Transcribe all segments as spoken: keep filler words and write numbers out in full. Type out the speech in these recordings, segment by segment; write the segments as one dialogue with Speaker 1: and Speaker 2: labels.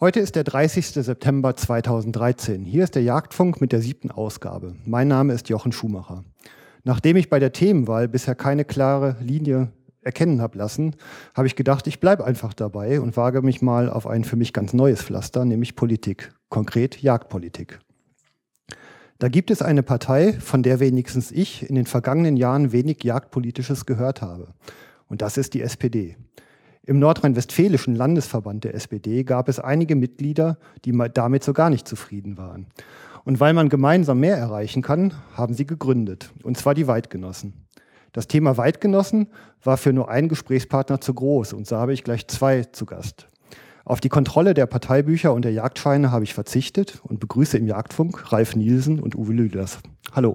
Speaker 1: Heute ist der dreißigste September zweitausenddreizehn. Hier ist der Jagdfunk mit der siebten Ausgabe. Mein Name ist Jochen Schumacher. Nachdem ich bei der Themenwahl bisher keine klare Linie erkennen habe lassen, habe ich gedacht, ich bleibe einfach dabei und wage mich mal auf ein für mich ganz neues Pflaster, nämlich Politik, konkret Jagdpolitik. Da gibt es eine Partei, von der wenigstens ich in den vergangenen Jahren wenig Jagdpolitisches gehört habe. Und das ist die S P D. Im nordrhein-westfälischen Landesverband der S P D gab es einige Mitglieder, die damit so gar nicht zufrieden waren. Und weil man gemeinsam mehr erreichen kann, haben sie gegründet, und zwar die Weidgenossen. Das Thema Weidgenossen war für nur einen Gesprächspartner zu groß, und so habe ich gleich zwei zu Gast. Auf die Kontrolle der Parteibücher und der Jagdscheine habe ich verzichtet und begrüße im Jagdfunk Ralf Nielsen und Uwe Lüders. Hallo.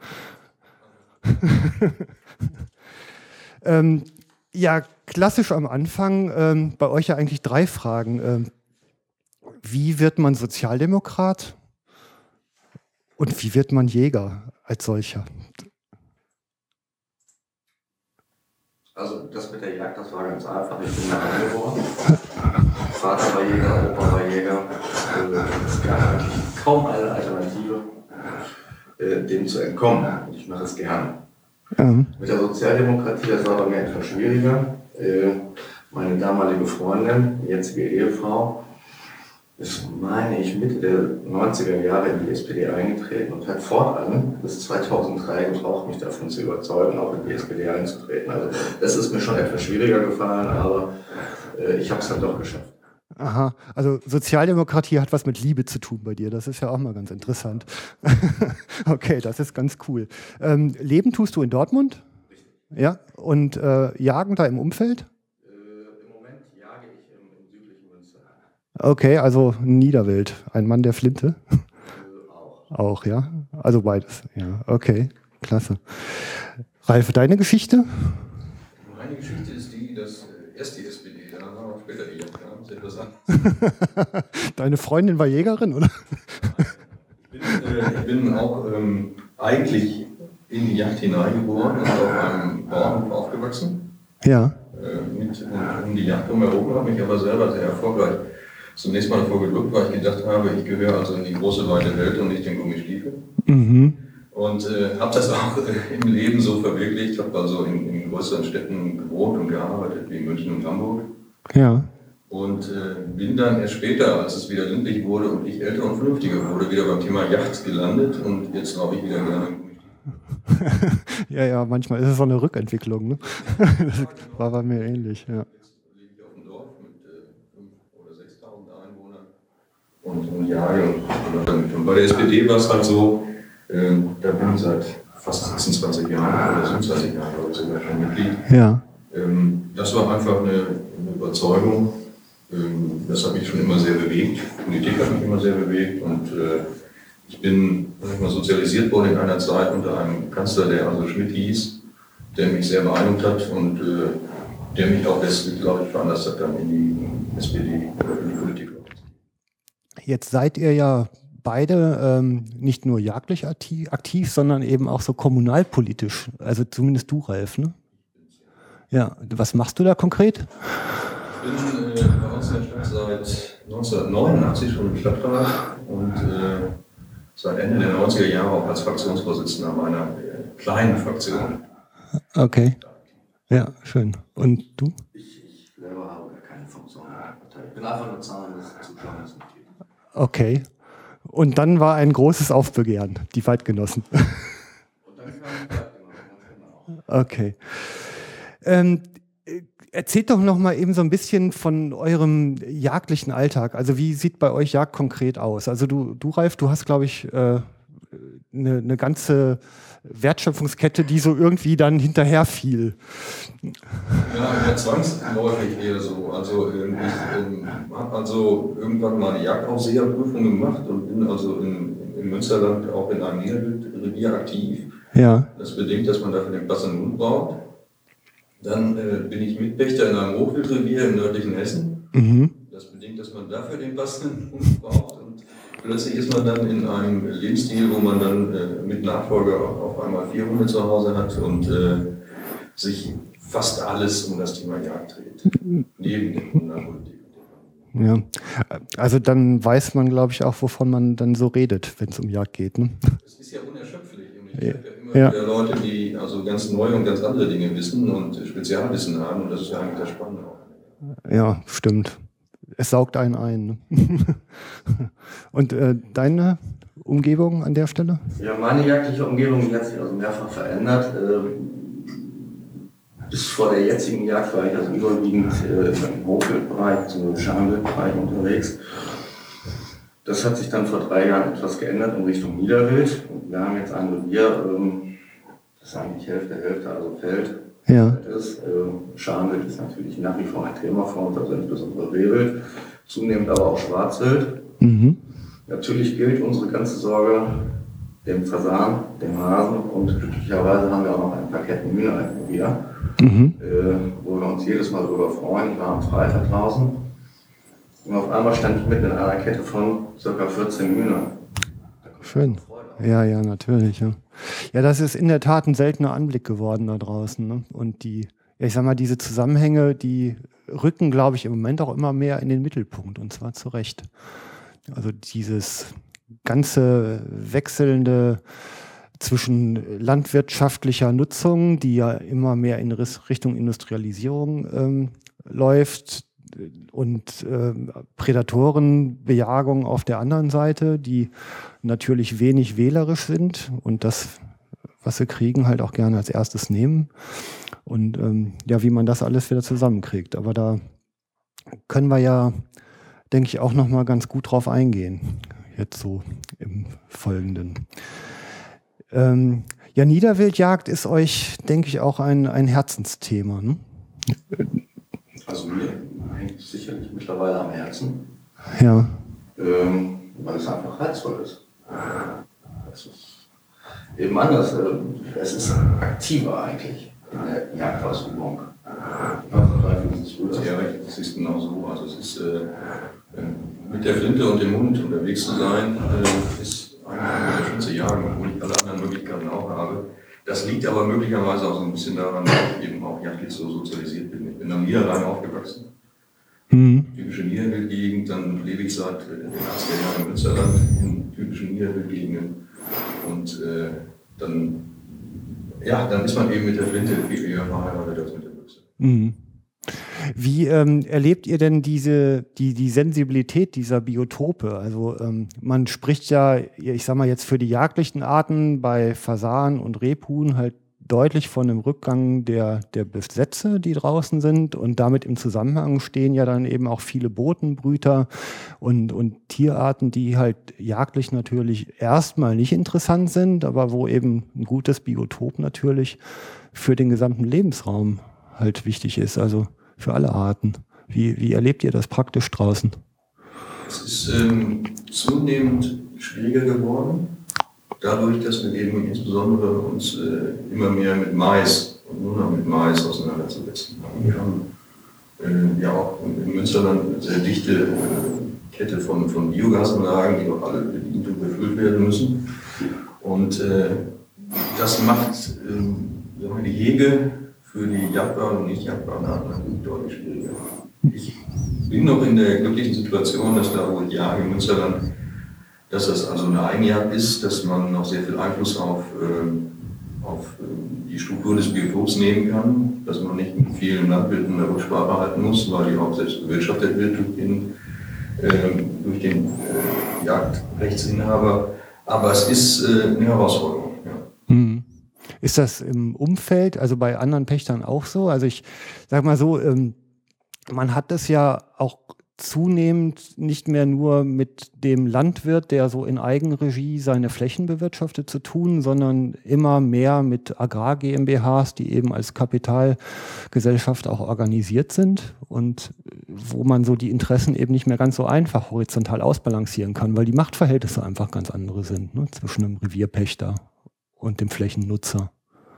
Speaker 1: ähm, ja, klassisch am Anfang, ähm, bei euch ja eigentlich drei Fragen. Ähm, wie wird man Sozialdemokrat und wie wird man Jäger als solcher?
Speaker 2: Also das mit der Jagd, das war ganz einfach. Ich bin da geboren. Vater war Jäger, Opa war Jäger. Es gab eigentlich kaum eine Alternative, äh, dem zu entkommen. Und ich mache es gerne. Mhm. Mit der Sozialdemokratie, das war bei mir etwas schwieriger. Äh, meine damalige Freundin, jetzige Ehefrau, ist, meine ich, Mitte der neunziger Jahre in die S P D eingetreten und hat fortan bis zweitausenddrei gebraucht, mich davon zu überzeugen, auch in die S P D einzutreten. Also das ist mir schon etwas schwieriger gefallen, aber äh, ich habe es dann doch geschafft.
Speaker 1: Aha, also Sozialdemokratie hat was mit Liebe zu tun bei dir, das ist ja auch mal ganz interessant. Okay, das ist ganz cool. Ähm, Leben tust du in Dortmund?
Speaker 2: Richtig.
Speaker 1: Ja, und äh, Jagen da im Umfeld?
Speaker 2: Äh, Im Moment jage ich im, im südlichen Münster.
Speaker 1: Okay, also Niederwild, ein Mann der Flinte?
Speaker 2: Äh, auch.
Speaker 1: Auch, ja? Also beides, ja, okay, klasse. Ralf, deine Geschichte?
Speaker 3: Meine Geschichte ist die, dass erst die S P D, dann haben wir später die Jagd, ja, sehr interessant.
Speaker 1: Deine Freundin war Jägerin, oder?
Speaker 3: Ich bin, äh, ich bin auch ähm, eigentlich in die Jagd hineingeboren und auf einem Bauernhof aufgewachsen.
Speaker 1: Ja.
Speaker 3: Äh, mit um die Jagd drumherum, habe mich aber selber sehr erfolgreich zunächst mal davor gedrückt, weil ich gedacht habe, ich gehöre also in die große weite Welt und nicht den Gummistiefel. Mhm. Und äh, habe das auch äh, im Leben so verwirklicht. Ich habe also in, in größeren Städten gewohnt und gearbeitet, wie München und Hamburg.
Speaker 1: Ja.
Speaker 3: Und äh, bin dann erst später, als es wieder ländlich wurde und ich älter und vernünftiger wurde, wieder beim Thema Yacht gelandet. Und jetzt glaube ich wieder gerne im Gummistiefel.
Speaker 1: Ja, ja, manchmal ist es so eine Rückentwicklung. Ne? Das war bei mir ähnlich, ja.
Speaker 3: Jetzt lebe ich auf dem Dorf mit äh, fünftausend oder sechstausend Einwohnern und, und jage. Und, und bei der S P D war es halt so, äh, da bin ich seit fast sechsundzwanzig Jahren oder siebenundzwanzig Jahren, glaube ich, sogar schon Mitglied.
Speaker 1: Ja.
Speaker 3: Ähm, das war einfach eine, eine Überzeugung. Ähm, das hat mich schon immer sehr bewegt. Politik hat mich immer sehr bewegt und äh, ich bin sag ich mal, sozialisiert worden in einer Zeit unter einem Kanzler, der also Schmidt hieß, der mich sehr beeindruckt hat und äh, der mich auch deswegen, glaube ich, veranlasst hat, dann in die S P D oder in die Politik.
Speaker 1: Jetzt seid ihr ja beide ähm, nicht nur jagdlich aktiv, aktiv, sondern eben auch so kommunalpolitisch. Also zumindest du, Ralf, ne? Ja, was machst du da konkret?
Speaker 3: Ich bin äh, bei uns in der Stadt seit neunzehnhundertneunundachtzig schon im Stadtrat und äh, seit Ende der neunziger Jahre auch als Fraktionsvorsitzender meiner äh, kleinen Fraktion.
Speaker 1: Okay. Ja, schön. Und du?
Speaker 2: Ich, ich selber habe gar keine Funktion in der Partei. Ich bin einfach nur zahlendes Zuschauersmitglied.
Speaker 1: Okay. Und dann war ein großes Aufbegehren, die Weidgenossen.
Speaker 2: Und dann kam die Weidgenossen, genau.
Speaker 1: Okay. Ähm, erzählt doch noch mal eben so ein bisschen von eurem jagdlichen Alltag. Also wie sieht bei euch Jagd konkret aus? Also du, du Ralf, du hast, glaube ich, äh, eine, eine ganze Wertschöpfungskette, die so irgendwie dann hinterher fiel.
Speaker 3: Ja, zwangsläufig eher so. Also ähm, ich ähm, habe also irgendwann mal eine Jagdaufseherprüfung gemacht und bin also in, im Münsterland auch in einem Niederwildrevier aktiv.
Speaker 1: Ja.
Speaker 3: Das bedingt, dass man dafür den passenden Hund braucht. Dann äh, bin ich Mitpächter in einem Hochwildrevier im nördlichen Hessen. Mhm. Das bedingt, dass man dafür den passenden Hund braucht. Und plötzlich ist man dann in einem Lebensstil, wo man dann äh, mit Nachfolger auf einmal vier Hunde zu Hause hat und äh, sich fast alles um das Thema Jagd dreht. Neben dem Hundepolitik.
Speaker 1: Ja, also dann weiß man, glaube ich, auch, wovon man dann so redet, wenn es um Jagd geht. Ne?
Speaker 3: Das ist ja unerschöpflich. Und ich habe ja immer ja. wieder Leute, die also ganz neue und ganz andere Dinge wissen und Spezialwissen haben. Und das ist ja eigentlich das Spannende auch.
Speaker 1: Ja, stimmt. Es saugt einen ein. Ne? Und äh, deine Umgebung an der Stelle?
Speaker 2: Ja, meine jagdliche Umgebung, die hat sich also mehrfach verändert. Ähm, Bis vor der jetzigen Jagd war ich also überwiegend äh, im Hochwildbereich, im Schamwildbereich unterwegs. Das hat sich dann vor drei Jahren etwas geändert in Richtung Niederwild. Und wir haben jetzt ein Revier, ähm, das ist eigentlich Hälfte, Hälfte, also Feld.
Speaker 1: Ja.
Speaker 2: Ist. Äh, Schamwild ist natürlich nach wie vor ein Thema für uns, also insbesondere Rehwild, zunehmend aber auch Schwarzwild. Mhm. Natürlich gilt unsere ganze Sorge dem Fasan, dem Hasen und glücklicherweise haben wir auch noch ein paar Ketten Hühner im Revier. Mhm. Äh, wo wir uns jedes Mal darüber freuen. Ich war am Freitag draußen und auf einmal stand ich mitten in einer Kette von ca. vierzehn Hühnern.
Speaker 1: Schön. Ja, ja, natürlich. Ja. ja, das ist in der Tat ein seltener Anblick geworden da draußen. Ne? Und die, ja, ich sag mal, diese Zusammenhänge, die rücken, glaube ich, im Moment auch immer mehr in den Mittelpunkt und zwar zu Recht. Also dieses ganze wechselnde zwischen landwirtschaftlicher Nutzung, die ja immer mehr in Richtung Industrialisierung ähm, läuft, und äh, Prädatorenbejagung auf der anderen Seite, die natürlich wenig wählerisch sind und das, was sie kriegen, halt auch gerne als erstes nehmen. Und ähm, ja, wie man das alles wieder zusammenkriegt. Aber da können wir ja, denke ich, auch noch mal ganz gut drauf eingehen, jetzt so im Folgenden. Ähm, ja, Niederwildjagd ist euch, denke ich, auch ein, ein Herzensthema. Ne?
Speaker 2: Also mir hängt es sicherlich mittlerweile am Herzen.
Speaker 1: Ja.
Speaker 2: Ähm, weil es einfach reizvoll ist. Es ist eben anders. Äh, es ist aktiver eigentlich in der Jagdausübung.
Speaker 3: Ja, das ist genau so. Also es ist äh, mit der Flinte und dem Hund unterwegs zu sein, äh, ist eigentlich der schönste Jagen, obwohl ich alle anderen Möglichkeiten auch habe. Das liegt aber möglicherweise auch so ein bisschen daran, dass ich eben auch jagdlich so sozialisiert bin. Ich bin am Niederrhein aufgewachsen. Mhm. Typische Niederwildgegend, dann lebe ich seit den achtziger Jahren in Münsterland in typischen Niederwildgegenden. Und äh, dann, ja, dann ist man eben mit der Flinte viel eher verheiratet als mit der Büchse.
Speaker 1: Mhm. Wie ähm, erlebt ihr denn diese, die, die Sensibilität dieser Biotope? Also ähm, man spricht ja, ich sag mal jetzt für die jagdlichen Arten bei Fasan und Rebhuhn halt deutlich von einem Rückgang der, der Besätze, die draußen sind, und damit im Zusammenhang stehen ja dann eben auch viele Botenbrüter und, und Tierarten, die halt jagdlich natürlich erstmal nicht interessant sind, aber wo eben ein gutes Biotop natürlich für den gesamten Lebensraum halt wichtig ist, also für alle Arten. Wie, wie erlebt ihr das praktisch draußen?
Speaker 3: Es ist ähm, zunehmend schwieriger geworden, dadurch, dass wir eben insbesondere uns äh, immer mehr mit Mais und nur noch mit Mais auseinanderzusetzen haben. Wir haben äh, ja auch in Münsterland eine sehr dichte äh, Kette von, von Biogasanlagen, die auch alle bedient und befüllt werden müssen. Und äh, das macht äh, die Hege für die jagdbaren und nicht jagdbaren Arten natürlich deutlich schwieriger. Ich bin noch in der glücklichen Situation, dass da, wo ich jage in Münsterland, dass das also eine Eigenjagd ist, dass man noch sehr viel Einfluss auf, äh, auf äh, die Struktur des Biotops nehmen kann, dass man nicht mit vielen Landwirten eine Rücksprache halten muss, weil die auch selbst bewirtschaftet wird durch den, äh, durch den äh, Jagdrechtsinhaber. Aber es ist äh, eine Herausforderung. Ja.
Speaker 1: Mhm. Ist das im Umfeld, also bei anderen Pächtern auch so? Also ich sag mal so, ähm, man hat das ja auch zunehmend nicht mehr nur mit dem Landwirt, der so in Eigenregie seine Flächen bewirtschaftet, zu tun, sondern immer mehr mit Agrar-GmbHs, die eben als Kapitalgesellschaft auch organisiert sind und wo man so die Interessen eben nicht mehr ganz so einfach horizontal ausbalancieren kann, weil die Machtverhältnisse einfach ganz andere sind, ne, zwischen einem Revierpächter und dem Flächennutzer.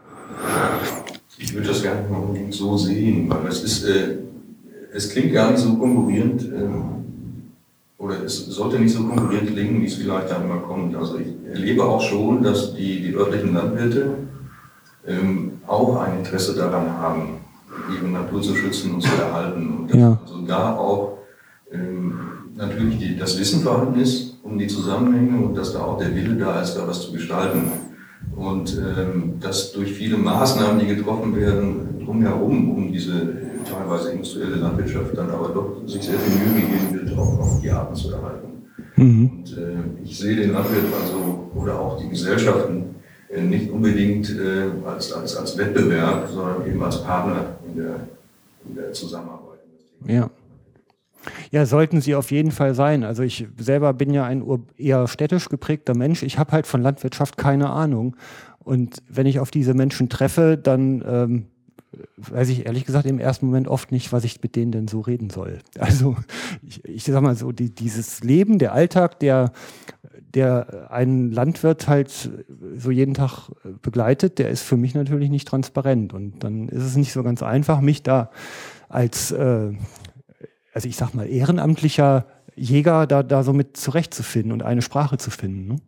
Speaker 3: Ich würde das gar nicht mal unbedingt so sehen, weil es ist, äh, es klingt gar nicht so konkurrierend, äh, oder es sollte nicht so konkurrierend klingen, wie es vielleicht da immer kommt. Also ich erlebe auch schon, dass die, die örtlichen Landwirte ähm, auch ein Interesse daran haben, ihre Natur zu schützen und zu erhalten. Und dass ja. also da auch ähm, natürlich die, das Wissen vorhanden ist um die Zusammenhänge und dass da auch der Wille da ist, da was zu gestalten. Und ähm, dass durch viele Maßnahmen, die getroffen werden, drumherum, um diese teilweise industrielle Landwirtschaft dann aber doch sich sehr viel Mühe gegeben wird, auch, auch die Arten zu erhalten. Mhm. Und äh, ich sehe den Landwirt also oder auch die Gesellschaften äh, nicht unbedingt äh, als, als, als Wettbewerb, sondern eben als Partner in der, in der Zusammenarbeit.
Speaker 1: Ja. Ja, sollten sie auf jeden Fall sein. Also ich selber bin ja ein eher städtisch geprägter Mensch. Ich habe halt von Landwirtschaft keine Ahnung. Und wenn ich auf diese Menschen treffe, dann ähm, weiß ich ehrlich gesagt im ersten Moment oft nicht, was ich mit denen denn so reden soll. Also ich, ich sag mal so, die, dieses Leben, der Alltag, der, der einen Landwirt halt so jeden Tag begleitet, der ist für mich natürlich nicht transparent. Und dann ist es nicht so ganz einfach, mich da als äh, also ich sag mal, ehrenamtlicher Jäger da, da so mit zurechtzufinden und eine Sprache zu finden. Ne?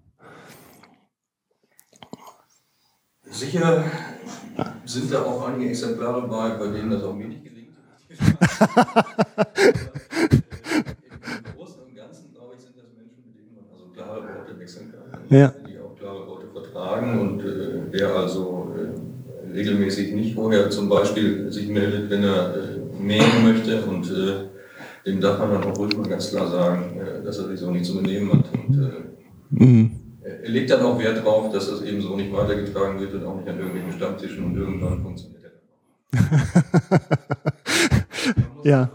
Speaker 3: Sicher sind da auch einige Exemplare bei, bei denen das auch mir nicht gelingt. Im Großen und Ganzen, glaube ich, sind das Menschen, mit denen man also klare Worte wechseln kann,
Speaker 1: ja.
Speaker 3: Die auch klare Worte vertragen und äh, der also äh, regelmäßig nicht vorher zum Beispiel sich meldet, wenn er äh, mähen möchte und äh, dem darf man dann auch ruhig mal ganz klar sagen, dass er sich so nicht zu benehmen hat. Und äh, mhm. er legt dann auch Wert darauf, dass das eben so nicht weitergetragen wird und auch nicht an irgendwelchen Stammtischen und irgendwann funktioniert er dann auch.
Speaker 1: Ja.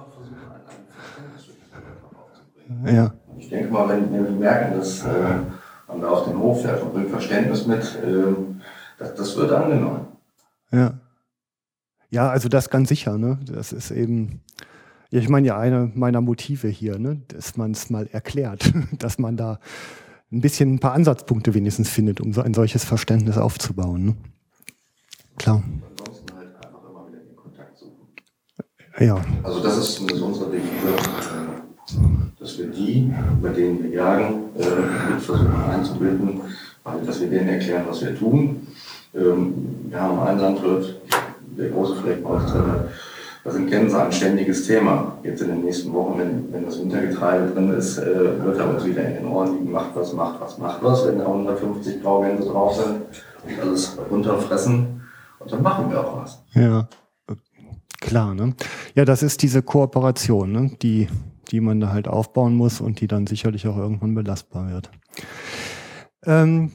Speaker 1: Ja.
Speaker 2: Ich denke mal, wenn, wenn wir merken, dass äh, man da auf den Hof fährt und bringt Verständnis mit, äh, das, das wird angenommen.
Speaker 1: Ja. Ja, also das ganz sicher. Ne? Das ist eben... Ja, ich meine ja, eine meiner Motive hier, ne, dass man es mal erklärt, dass man da ein bisschen ein paar Ansatzpunkte wenigstens findet, um so ein solches Verständnis aufzubauen. Ne? Klar.
Speaker 2: Ansonsten halt einfach immer wieder den Kontakt suchen.
Speaker 1: Ja.
Speaker 2: Also das ist zumindest unsere Devise, dass wir die, bei denen wir jagen, mit versuchen einzubinden, dass wir denen erklären, was wir tun. Wir haben einen Landwirt, der große Fleck bei uns drin hat. Das ist in Gänze ein ständiges Thema. Jetzt in den nächsten Wochen, wenn, wenn das Wintergetreide drin ist, äh, wird er uns wieder in den Ohren liegen, macht was, macht was, macht was, wenn da hundertfünfzig Graugänse drauf sind und alles runterfressen. Und dann machen wir auch was.
Speaker 1: Ja, klar. Ne? Ja, das ist diese Kooperation, ne? die, die man da halt aufbauen muss und die dann sicherlich auch irgendwann belastbar wird. Ähm,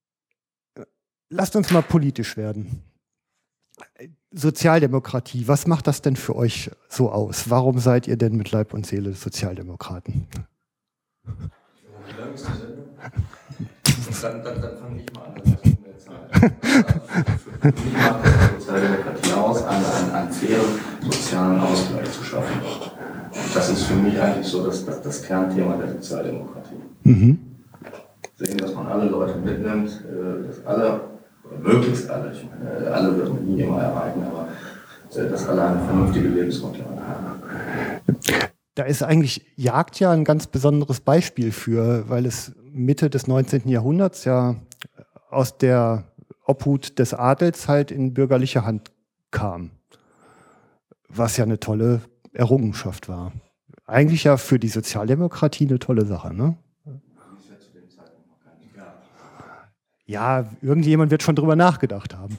Speaker 1: lasst uns mal politisch werden. Sozialdemokratie, was macht das denn für euch so aus? Warum seid ihr denn mit Leib und Seele Sozialdemokraten?
Speaker 3: Wie lange ist die Sendung?
Speaker 2: Dann, dann, dann fange ich mal an, das ist mehr Zeit. Für mich macht die Sozialdemokratie aus, einen, einen, einen fairen sozialen Ausgleich zu schaffen. Und das ist für mich eigentlich so das, das, das Kernthema der Sozialdemokratie. Mhm. Sehen, dass man alle Leute mitnimmt, dass alle möglichst alle, ich meine, alle wird man nie immer erreichen, aber dass alle eine vernünftige Lebensgrundlage haben.
Speaker 1: Da ist eigentlich Jagd ja ein ganz besonderes Beispiel für, weil es Mitte des neunzehnten Jahrhunderts ja aus der Obhut des Adels halt in bürgerliche Hand kam. Was ja eine tolle Errungenschaft war. Eigentlich ja für die Sozialdemokratie eine tolle Sache, ne? Ja, irgendjemand wird schon drüber nachgedacht haben.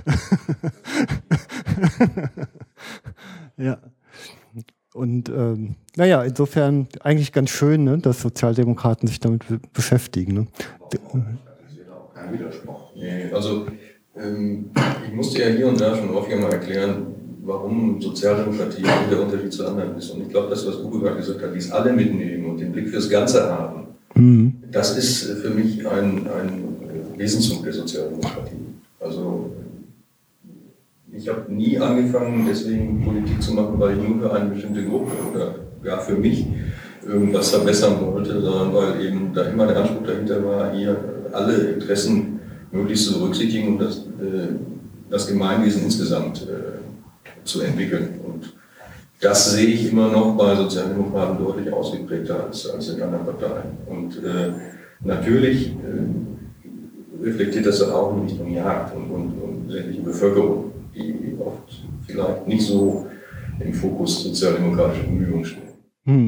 Speaker 1: Ja. Und ähm, naja, insofern eigentlich ganz schön, ne, dass Sozialdemokraten sich damit be- beschäftigen. Ne?
Speaker 2: Das ist ja auch kein Widerspruch.
Speaker 3: Nee, also ähm, ich musste ja hier und da schon häufiger mal erklären, warum Sozialdemokratie der Unterschied zu anderen ist. Und ich glaube, das, was Uwe gerade gesagt hat, die es alle mitnehmen und den Blick fürs Ganze haben, mhm. das ist für mich ein, ein Wesenszug der Sozialdemokratie. Also ich habe nie angefangen, deswegen Politik zu machen, weil ich nur für eine bestimmte Gruppe oder gar für mich irgendwas verbessern wollte, sondern weil eben da immer der Anspruch dahinter war, hier alle Interessen möglichst zu berücksichtigen und das, äh, das Gemeinwesen insgesamt äh, zu entwickeln. Und das sehe ich immer noch bei Sozialdemokraten deutlich ausgeprägter als, als in anderen Parteien. Und äh, natürlich äh, reflektiert das dann auch in Richtung Jagd und, und, und sämtliche Bevölkerung, die oft vielleicht nicht so im Fokus sozialdemokratischer Bemühungen stehen.
Speaker 1: Hm.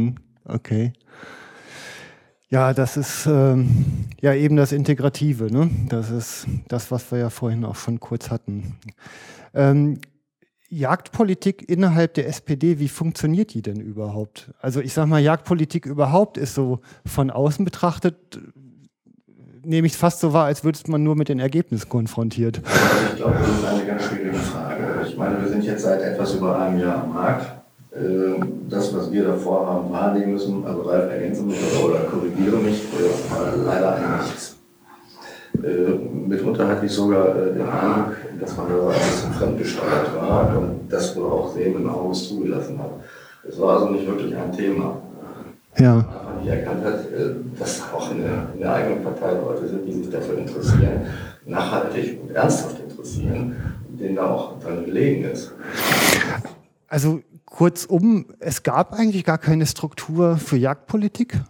Speaker 1: Okay. Ja, das ist ähm, ja eben das Integrative, ne? Das ist das, was wir ja vorhin auch schon kurz hatten. Ähm, Jagdpolitik innerhalb der S P D, wie funktioniert die denn überhaupt? Also ich sage mal, Jagdpolitik überhaupt ist so von außen betrachtet, nehme ich es fast so wahr, als würde man nur mit den Ergebnissen konfrontiert.
Speaker 2: Also ich glaube, das ist eine ganz schwierige Frage. Ich meine, wir sind jetzt seit etwas über einem Jahr am Markt. Das, was wir davor haben, wahrnehmen müssen, also Ralf, ergänze mich oder korrigiere mich, war leider ein Nichts. Mitunter hatte ich sogar den Eindruck, dass man da ein bisschen fremdgesteuert war und das wohl auch sehenden Auges zugelassen hat. Es war also nicht wirklich ein Thema.
Speaker 1: Ja.
Speaker 2: Man einfach nicht erkannt hat, dass auch in der, in der eigenen Partei Leute sind, die sich dafür interessieren, nachhaltig und ernsthaft interessieren, denen da auch dran gelegen ist.
Speaker 1: Also kurzum, es gab eigentlich gar keine Struktur für Jagdpolitik?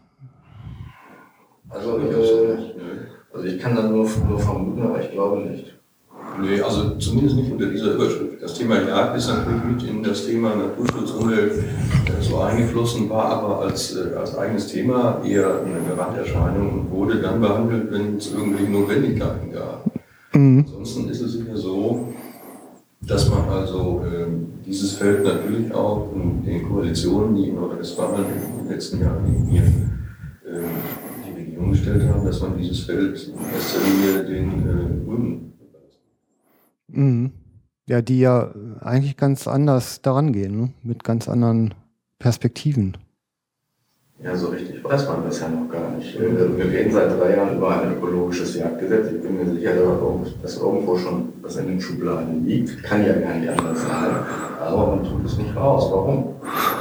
Speaker 2: Also, äh, also ich kann da nur, nur vermuten, aber ich glaube nicht.
Speaker 3: Nee, also zumindest nicht unter dieser Überschrift. Das Thema Jagd ist natürlich mit in das Thema Naturschutz, Umwelt so eingeflossen, war aber als, äh, als eigenes Thema eher eine Randerscheinung und wurde dann behandelt, wenn es irgendwelche Notwendigkeiten gab. Mhm. Ansonsten ist es sicher so, dass man also äh, dieses Feld natürlich auch in den Koalitionen, die in Nordrhein-Westfalen in den letzten Jahren hier äh, die Regierung gestellt haben, dass man dieses Feld in erster Linie den äh, Grünen überlässt.
Speaker 1: Mhm. Ja, die ja eigentlich ganz anders daran gehen, ne? Mit ganz anderen Perspektiven.
Speaker 2: Ja, so richtig weiß man das ja noch gar nicht. Wir reden seit drei Jahren über ein ökologisches Jagdgesetz. Ich bin mir sicher, dass irgendwo schon was in den Schubladen liegt. Kann ja gar nicht anders sein. Aber man tut es nicht raus. Warum?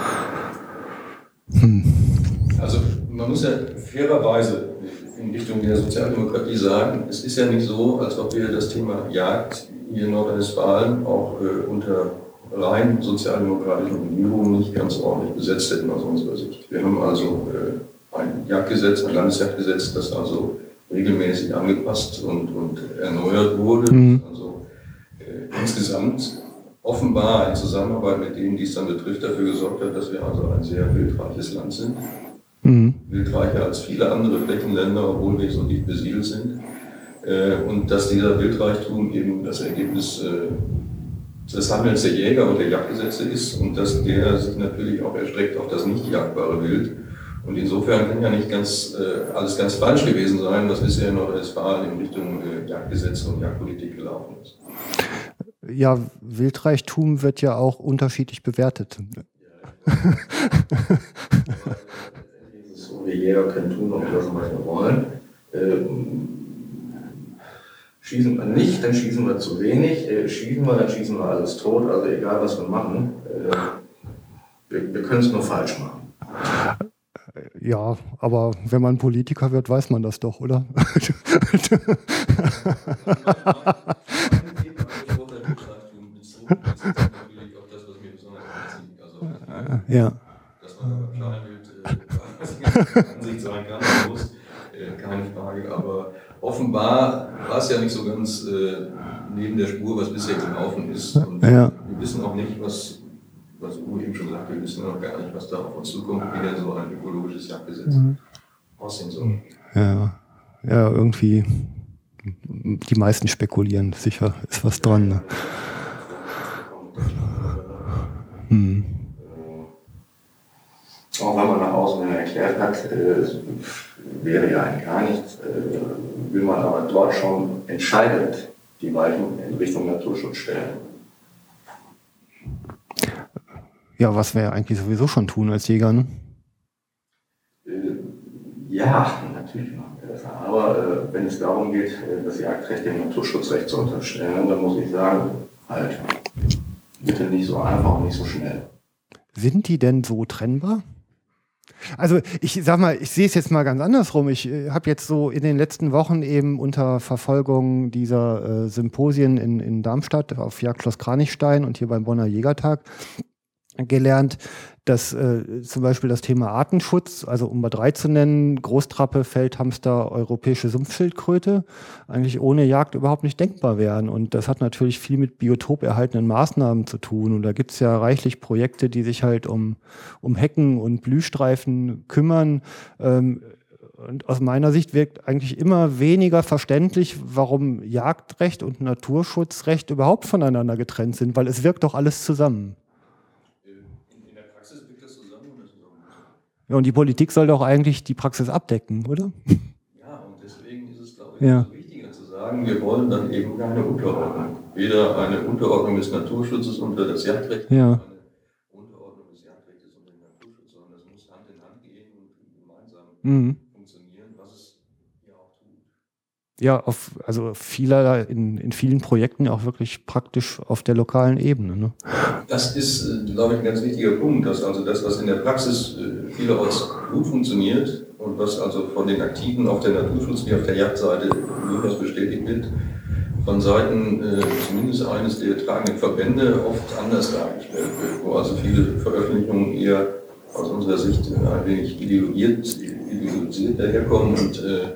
Speaker 1: Hm.
Speaker 3: Also man muss ja fairerweise in Richtung der Sozialdemokratie sagen, es ist ja nicht so, als ob wir das Thema Jagd hier in Nordrhein-Westfalen auch äh, unter rein sozialdemokratischen Regierungen nicht ganz ordentlich besetzt hätten aus unserer Sicht. Wir haben also äh, ein Jagdgesetz, ein Landesjagdgesetz, das also regelmäßig angepasst und, und erneuert wurde. Mhm. Also äh, insgesamt offenbar in Zusammenarbeit mit denen, die es dann betrifft, dafür gesorgt hat, dass wir also ein sehr wildreiches Land sind. Mhm. Wildreicher als viele andere Flächenländer, obwohl wir so dicht besiedelt sind. Äh, und dass dieser Wildreichtum eben das Ergebnis äh, des Handelns der Jäger und der Jagdgesetze ist und dass der sich natürlich auch erstreckt auf das nicht jagdbare Wild. Und insofern kann ja nicht ganz, äh, alles ganz falsch gewesen sein, was bisher in Nordrhein-Westfalen in Richtung äh, Jagdgesetze und Jagdpolitik gelaufen ist.
Speaker 1: Ja, Wildreichtum wird ja auch unterschiedlich bewertet.
Speaker 2: Ja, so, wir Jäger können tun und lassen, was wir wollen. Ähm, Schießen wir nicht, dann schießen wir zu wenig. Äh, schießen wir, dann schießen wir alles tot. Also egal, was wir machen, äh, wir, wir können es nur falsch machen.
Speaker 1: Ja, aber wenn man Politiker wird, weiß man das doch, oder? Ja.
Speaker 3: Dass man beim Scheinbild Ansicht sein kann, muss, keine Frage, aber offenbar war es ja nicht so ganz äh, neben der Spur, was bisher gelaufen ist. Und
Speaker 1: ja.
Speaker 3: Wir wissen auch nicht, was, was Uwe eben schon sagte, wir wissen auch gar nicht, was da auf uns zukommt, wie denn so ein ökologisches Jagdgesetz mhm. aussehen soll.
Speaker 1: Ja, ja, irgendwie, die meisten spekulieren, sicher ist was dran. Ne? Hm.
Speaker 2: Auch wenn man nach außen erklärt hat, äh, es wäre ja ein gar nichts, äh, will man aber dort schon entscheidend die Weichen in Richtung Naturschutz stellen.
Speaker 1: Ja, was wir ja eigentlich sowieso schon tun als Jäger, ne?
Speaker 2: Äh, ja, natürlich machen wir das. Aber äh, wenn es darum geht, das Jagdrecht dem Naturschutzrecht zu unterstellen, dann muss ich sagen, halt, bitte nicht so einfach und nicht so schnell.
Speaker 1: Sind die denn so trennbar? Also ich sag mal, ich sehe es jetzt mal ganz andersrum. Ich äh, habe jetzt so in den letzten Wochen eben unter Verfolgung dieser äh, Symposien in, in Darmstadt auf Jagdschloss Kranichstein und hier beim Bonner Jägertag gelernt, dass äh, zum Beispiel das Thema Artenschutz, also um mal drei zu nennen, Großtrappe, Feldhamster, europäische Sumpfschildkröte, eigentlich ohne Jagd überhaupt nicht denkbar wären. Und das hat natürlich viel mit biotoperhaltenden Maßnahmen zu tun. Und da gibt es ja reichlich Projekte, die sich halt um, um Hecken und Blühstreifen kümmern. Ähm, Und aus meiner Sicht wirkt eigentlich immer weniger verständlich, warum Jagdrecht und Naturschutzrecht überhaupt voneinander getrennt sind, weil es wirkt doch alles zusammen.
Speaker 3: In der Praxis wirkt das zusammen oder zusammen?
Speaker 1: Ja, und die Politik soll doch eigentlich die Praxis abdecken, oder?
Speaker 3: Ja, und deswegen ist es, glaube ich,
Speaker 1: ja.
Speaker 3: so wichtiger zu sagen, wir wollen dann eben keine Unterordnung. Weder eine Unterordnung des Naturschutzes unter das Jagdrecht,
Speaker 1: ja.
Speaker 3: eine Unterordnung des Jagdrechts unter den Naturschutz, sondern das muss Hand in Hand gehen und gemeinsam
Speaker 1: mhm. Ja, auf, also vieler, in, in vielen Projekten auch wirklich praktisch auf der lokalen Ebene. Ne?
Speaker 3: Das ist, glaube ich, ein ganz wichtiger Punkt, dass also das, was in der Praxis vielerorts gut funktioniert und was also von den Aktiven auf der Naturschutz- wie auf der Jagdseite durchaus bestätigt wird, von Seiten äh, zumindest eines der tragenden Verbände oft anders dargestellt wird, wo also viele Veröffentlichungen eher aus unserer Sicht ein wenig ideologiert, ideologisiert daherkommen und äh,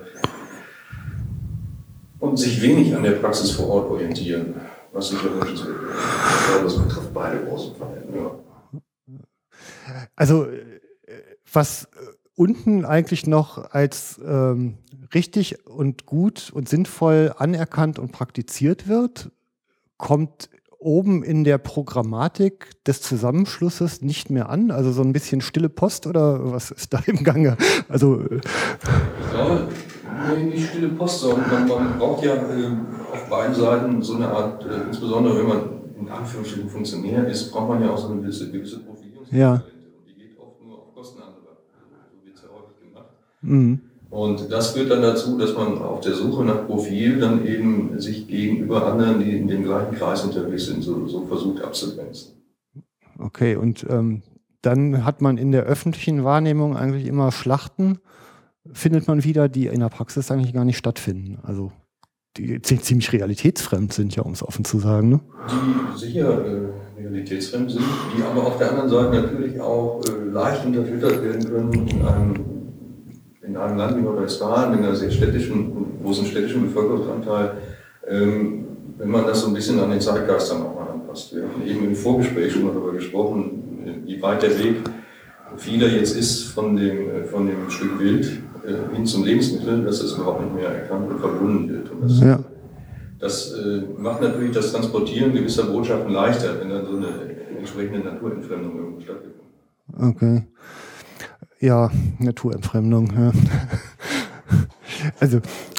Speaker 3: und sich wenig an der Praxis vor Ort orientieren, was sich wünschenswert ist. Ich glaube, das betrifft beide großen Vereine. Ja.
Speaker 1: Also, was unten eigentlich noch als ähm, richtig und gut und sinnvoll anerkannt und praktiziert wird, kommt oben in der Programmatik des Zusammenschlusses nicht mehr an? Also so ein bisschen stille Post oder was ist da im Gange? Also,
Speaker 3: ich glaube, nee, nicht stille Post, sondern man braucht ja äh, auf beiden Seiten so eine Art, äh, insbesondere wenn man in Anführungsstrichen Funktionär ist, braucht man ja auch so eine gewisse, gewisse Profilierungstalente.
Speaker 1: Ja.
Speaker 3: Und die geht oft nur auf Kosten anderer. So wird es ja häufig gemacht.
Speaker 1: Mhm.
Speaker 3: Und das führt dann dazu, dass man auf der Suche nach Profil dann eben sich gegenüber anderen, die in dem gleichen Kreis unterwegs sind, so, so versucht abzugrenzen.
Speaker 1: Okay, und ähm, dann hat man in der öffentlichen Wahrnehmung eigentlich immer Schlachten, findet man wieder, die in der Praxis eigentlich gar nicht stattfinden. Also die ziemlich realitätsfremd sind, ja, um es offen zu sagen. Ne?
Speaker 3: Die sicher äh, realitätsfremd sind, die aber auf der anderen Seite natürlich auch äh, leicht unterfüttert werden können in einem, in einem Land wie Nordrhein-Westfalen, mit einer sehr städtischen, großen städtischen Bevölkerungsanteil, ähm, wenn man das so ein bisschen an den Zeitgeist dann auch mal anpasst. Wir haben eben im Vorgespräch schon darüber gesprochen, wie weit der Weg vieler jetzt ist von dem, von dem Stück Wild äh, hin zum Lebensmittel, dass das überhaupt nicht mehr erkannt und verbunden wird. Und das,
Speaker 1: ja.
Speaker 3: das äh, macht natürlich das Transportieren gewisser Botschaften leichter, wenn dann so eine entsprechende Naturentfremdung irgendwo stattfindet.
Speaker 1: Okay. Ja, Naturentfremdung. Ja. Also.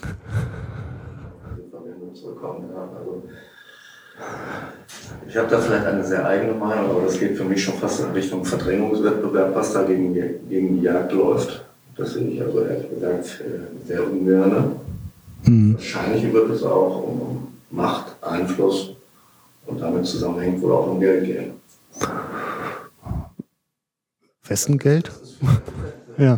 Speaker 2: Ich habe da vielleicht eine sehr eigene Meinung, aber das geht für mich schon fast in Richtung Verdrängungswettbewerb, was da gegen die, gegen die Jagd läuft. Das sehe ich also ehrlich gesagt sehr ungern. Mhm. Wahrscheinlich wird es auch um Macht, Einfluss und damit zusammenhängt wohl auch um Geld gehen.
Speaker 1: Wessen Geld? Ja.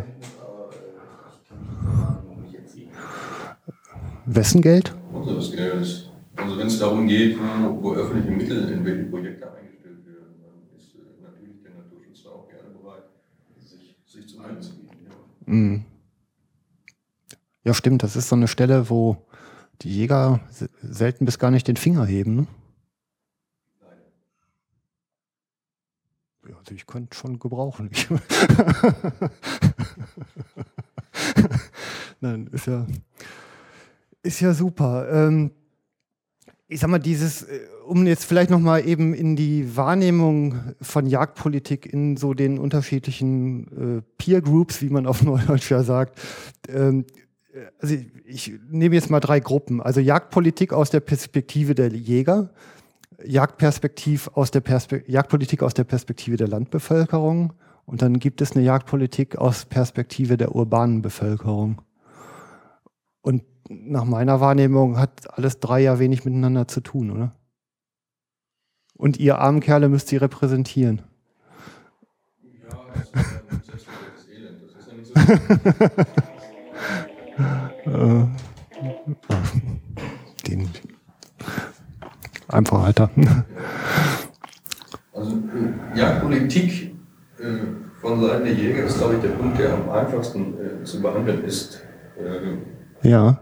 Speaker 1: Wessen Geld?
Speaker 3: Unseres Geldes. Also wenn es darum geht, wo, wo öffentliche Mittel in welche Projekte eingestellt werden, dann ist äh, natürlich der Naturschutz da auch gerne bereit, sich, sich zu einzugehen. Ja.
Speaker 1: Mhm. Ja, stimmt. Das ist so eine Stelle, wo die Jäger selten bis gar nicht den Finger heben. Ne? Ja, also ich könnte schon gebrauchen. Nein, ist ja, ist ja super. Ähm, ich sag mal, dieses, um jetzt vielleicht nochmal eben in die Wahrnehmung von Jagdpolitik in so den unterschiedlichen äh, Peer Groups, wie man auf Neudeutsch ja sagt, ähm, also ich, ich nehme jetzt mal drei Gruppen. Also Jagdpolitik aus der Perspektive der Jäger, Jagdperspektiv aus der Perspe- Jagdpolitik aus der Perspektive der Landbevölkerung und dann gibt es eine Jagdpolitik aus Perspektive der urbanen Bevölkerung. Und nach meiner Wahrnehmung hat alles drei ja wenig miteinander zu tun, oder? Und ihr armen Kerle müsst sie repräsentieren.
Speaker 3: Ja, das ist ja ein selbstverständliches Elend. Das ist ja nicht so.
Speaker 1: Den einfach, Alter.
Speaker 3: Also, ja, Politik äh, Jäger ist, glaube ich, der Punkt, der am einfachsten äh, zu behandeln ist. Äh,
Speaker 1: ja.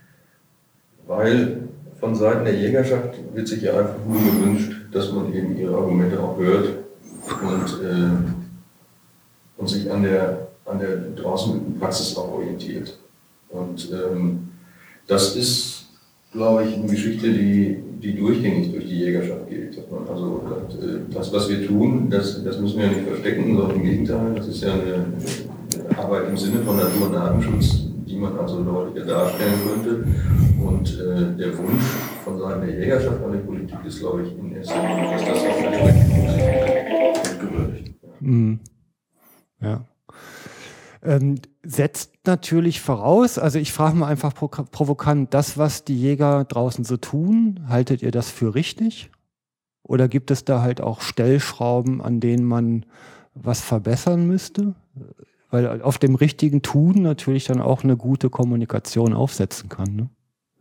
Speaker 3: Weil von Seiten der Jägerschaft wird sich ja einfach nur gewünscht, dass man eben ihre Argumente auch hört und, äh, und sich an der, an der draußen mit Praxis auch orientiert. Und ähm, das ist, glaube ich, eine Geschichte, die, die durchgängig durch die Jägerschaft geht. Also das, was wir tun, das, das müssen wir ja nicht verstecken, sondern im Gegenteil, das ist ja eine, eine Arbeit im Sinne von Natur- und Artenschutz, die man also deutlicher darstellen könnte. Und äh, der Wunsch von Seiten der Jägerschaft an die Politik ist, glaube ich, in erster Linie, dass das auch entsprechend gewürdigt wird.
Speaker 1: Mhm. Ja. Ähm, setzt natürlich voraus, also ich frage mal einfach pro- provokant, das, was die Jäger draußen so tun, haltet ihr das für richtig? Oder gibt es da halt auch Stellschrauben, an denen man was verbessern müsste? Weil auf dem richtigen Tun natürlich dann auch eine gute Kommunikation aufsetzen kann. Ne?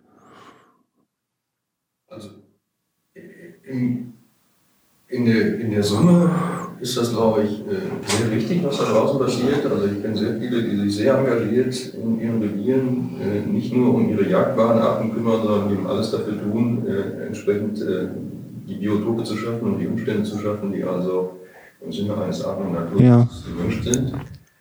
Speaker 3: Also in, in, der, in der Summe ist das, glaube ich, sehr richtig, was da draußen passiert. Also ich kenne sehr viele, die sich sehr engagiert in ihren Revieren, nicht nur um ihre Jagdwarenarten kümmern, sondern eben alles dafür tun, entsprechend die Biotope zu schaffen und die Umstände zu schaffen, die also im Sinne eines arten Naturschutzes ja. gewünscht sind.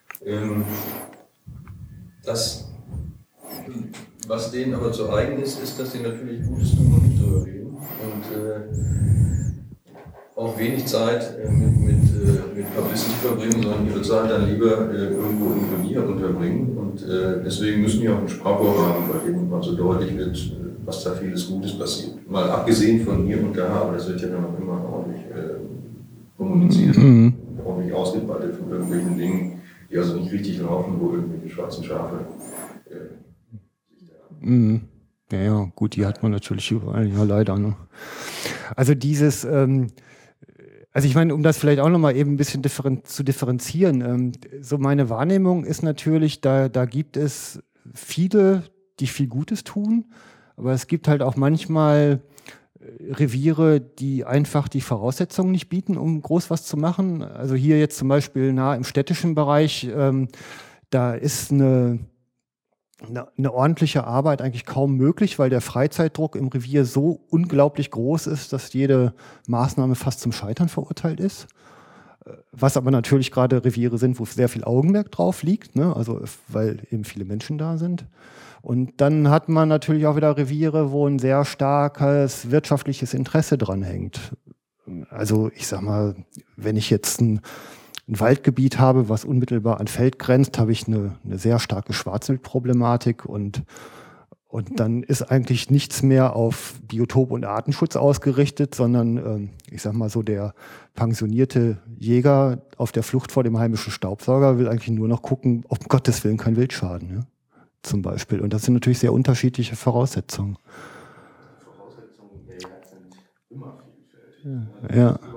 Speaker 3: Das, was denen aber zu eigen ist, ist, dass sie natürlich Gutes tun und nicht drüber reden. Und äh, auch wenig Zeit äh, mit, mit, äh, mit Publicity verbringen, sondern ihre Zeit dann lieber äh, irgendwo im Revier unterbringen. Und äh, deswegen müssen wir auch einen Sprachrohr haben, bei dem mal so deutlich wird, äh, was da vieles Gutes passiert. Mal abgesehen von hier und da, aber das wird ja dann auch immer ordentlich äh, kommuniziert, mhm. ordentlich ausgebreitet von irgendwelchen Dingen, die also nicht richtig laufen, wo irgendwelche schwarzen Schafe äh, sich da
Speaker 1: mhm. Ja, ja, gut, die hat man natürlich überall, ja leider. Ne? Also dieses, ähm, also ich meine, um das vielleicht auch nochmal eben ein bisschen differen- zu differenzieren, ähm, so meine Wahrnehmung ist natürlich, da, da gibt es viele, die viel Gutes tun, aber es gibt halt auch manchmal Reviere, die einfach die Voraussetzungen nicht bieten, um groß was zu machen. Also hier jetzt zum Beispiel nah im städtischen Bereich, ähm, da ist eine Eine, eine ordentliche Arbeit eigentlich kaum möglich, weil der Freizeitdruck im Revier so unglaublich groß ist, dass jede Maßnahme fast zum Scheitern verurteilt ist. Was aber natürlich gerade Reviere sind, wo sehr viel Augenmerk drauf liegt, ne? Also weil eben viele Menschen da sind. Und dann hat man natürlich auch wieder Reviere, wo ein sehr starkes wirtschaftliches Interesse dran hängt. Also ich sag mal, wenn ich jetzt ein ein Waldgebiet habe, was unmittelbar an Feld grenzt, habe ich eine, eine sehr starke Schwarzwildproblematik und, und dann ist eigentlich nichts mehr auf Biotop- und Artenschutz ausgerichtet, sondern ähm, ich sag mal so, der pensionierte Jäger auf der Flucht vor dem heimischen Staubsauger will eigentlich nur noch gucken, ob um Gottes Willen kein Wildschaden, ne? Zum Beispiel. Und das sind natürlich sehr unterschiedliche Voraussetzungen.
Speaker 2: Die Voraussetzungen der Jagd sind immer vielfältig.
Speaker 1: Ja. ja.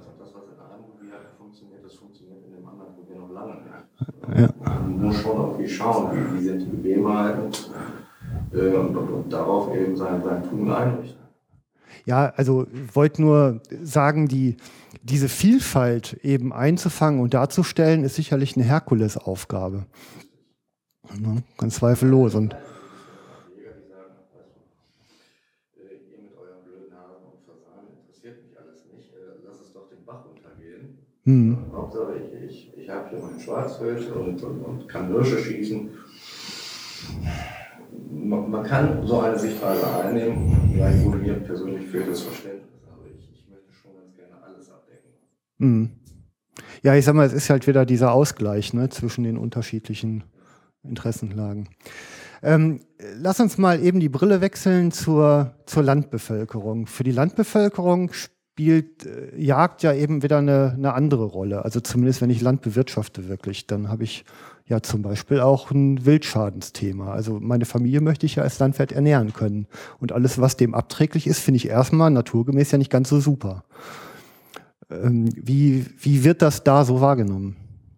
Speaker 2: Ja. Man muss schon irgendwie schauen, wie, wie sind die Gegebenheiten äh, und, und, und darauf eben sein, sein Tun einrichten.
Speaker 1: Ja, also ich wollte nur sagen, die, diese Vielfalt eben einzufangen und darzustellen, ist sicherlich eine Herkulesaufgabe. Ja, ganz zweifellos. Und
Speaker 2: Hm. Hauptsache ich, ich, ich habe hier mein Schwarzwild und, und, und kann Hirsche schießen. Man, man kann so eine Sichtweise einnehmen, gleichwohl mir persönlich fehlt das Verständnis. Also ich, ich möchte schon ganz gerne alles abdecken.
Speaker 1: Hm. Ja, ich sag mal, es ist halt wieder dieser Ausgleich, ne, zwischen den unterschiedlichen Interessenlagen. Ähm, lass uns mal eben die Brille wechseln zur, zur Landbevölkerung. Für die Landbevölkerung spielt äh, Jagd ja eben wieder eine, eine andere Rolle. Also zumindest, wenn ich Land bewirtschafte wirklich, dann habe ich ja zum Beispiel auch ein Wildschadensthema. Also meine Familie möchte ich ja als Landwirt ernähren können. Und alles, was dem abträglich ist, finde ich erstmal naturgemäß ja nicht ganz so super. Ähm, wie, wie wird das da so wahrgenommen?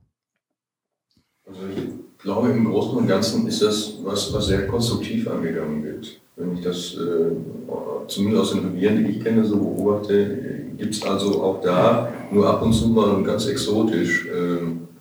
Speaker 3: Also ich glaube, im Großen und Ganzen ist das was, was sehr konstruktiv angegangen wird. Wenn ich das äh, zumindest aus den Revieren, die ich kenne, so beobachte, gibt es also auch da nur ab und zu mal ganz exotisch äh,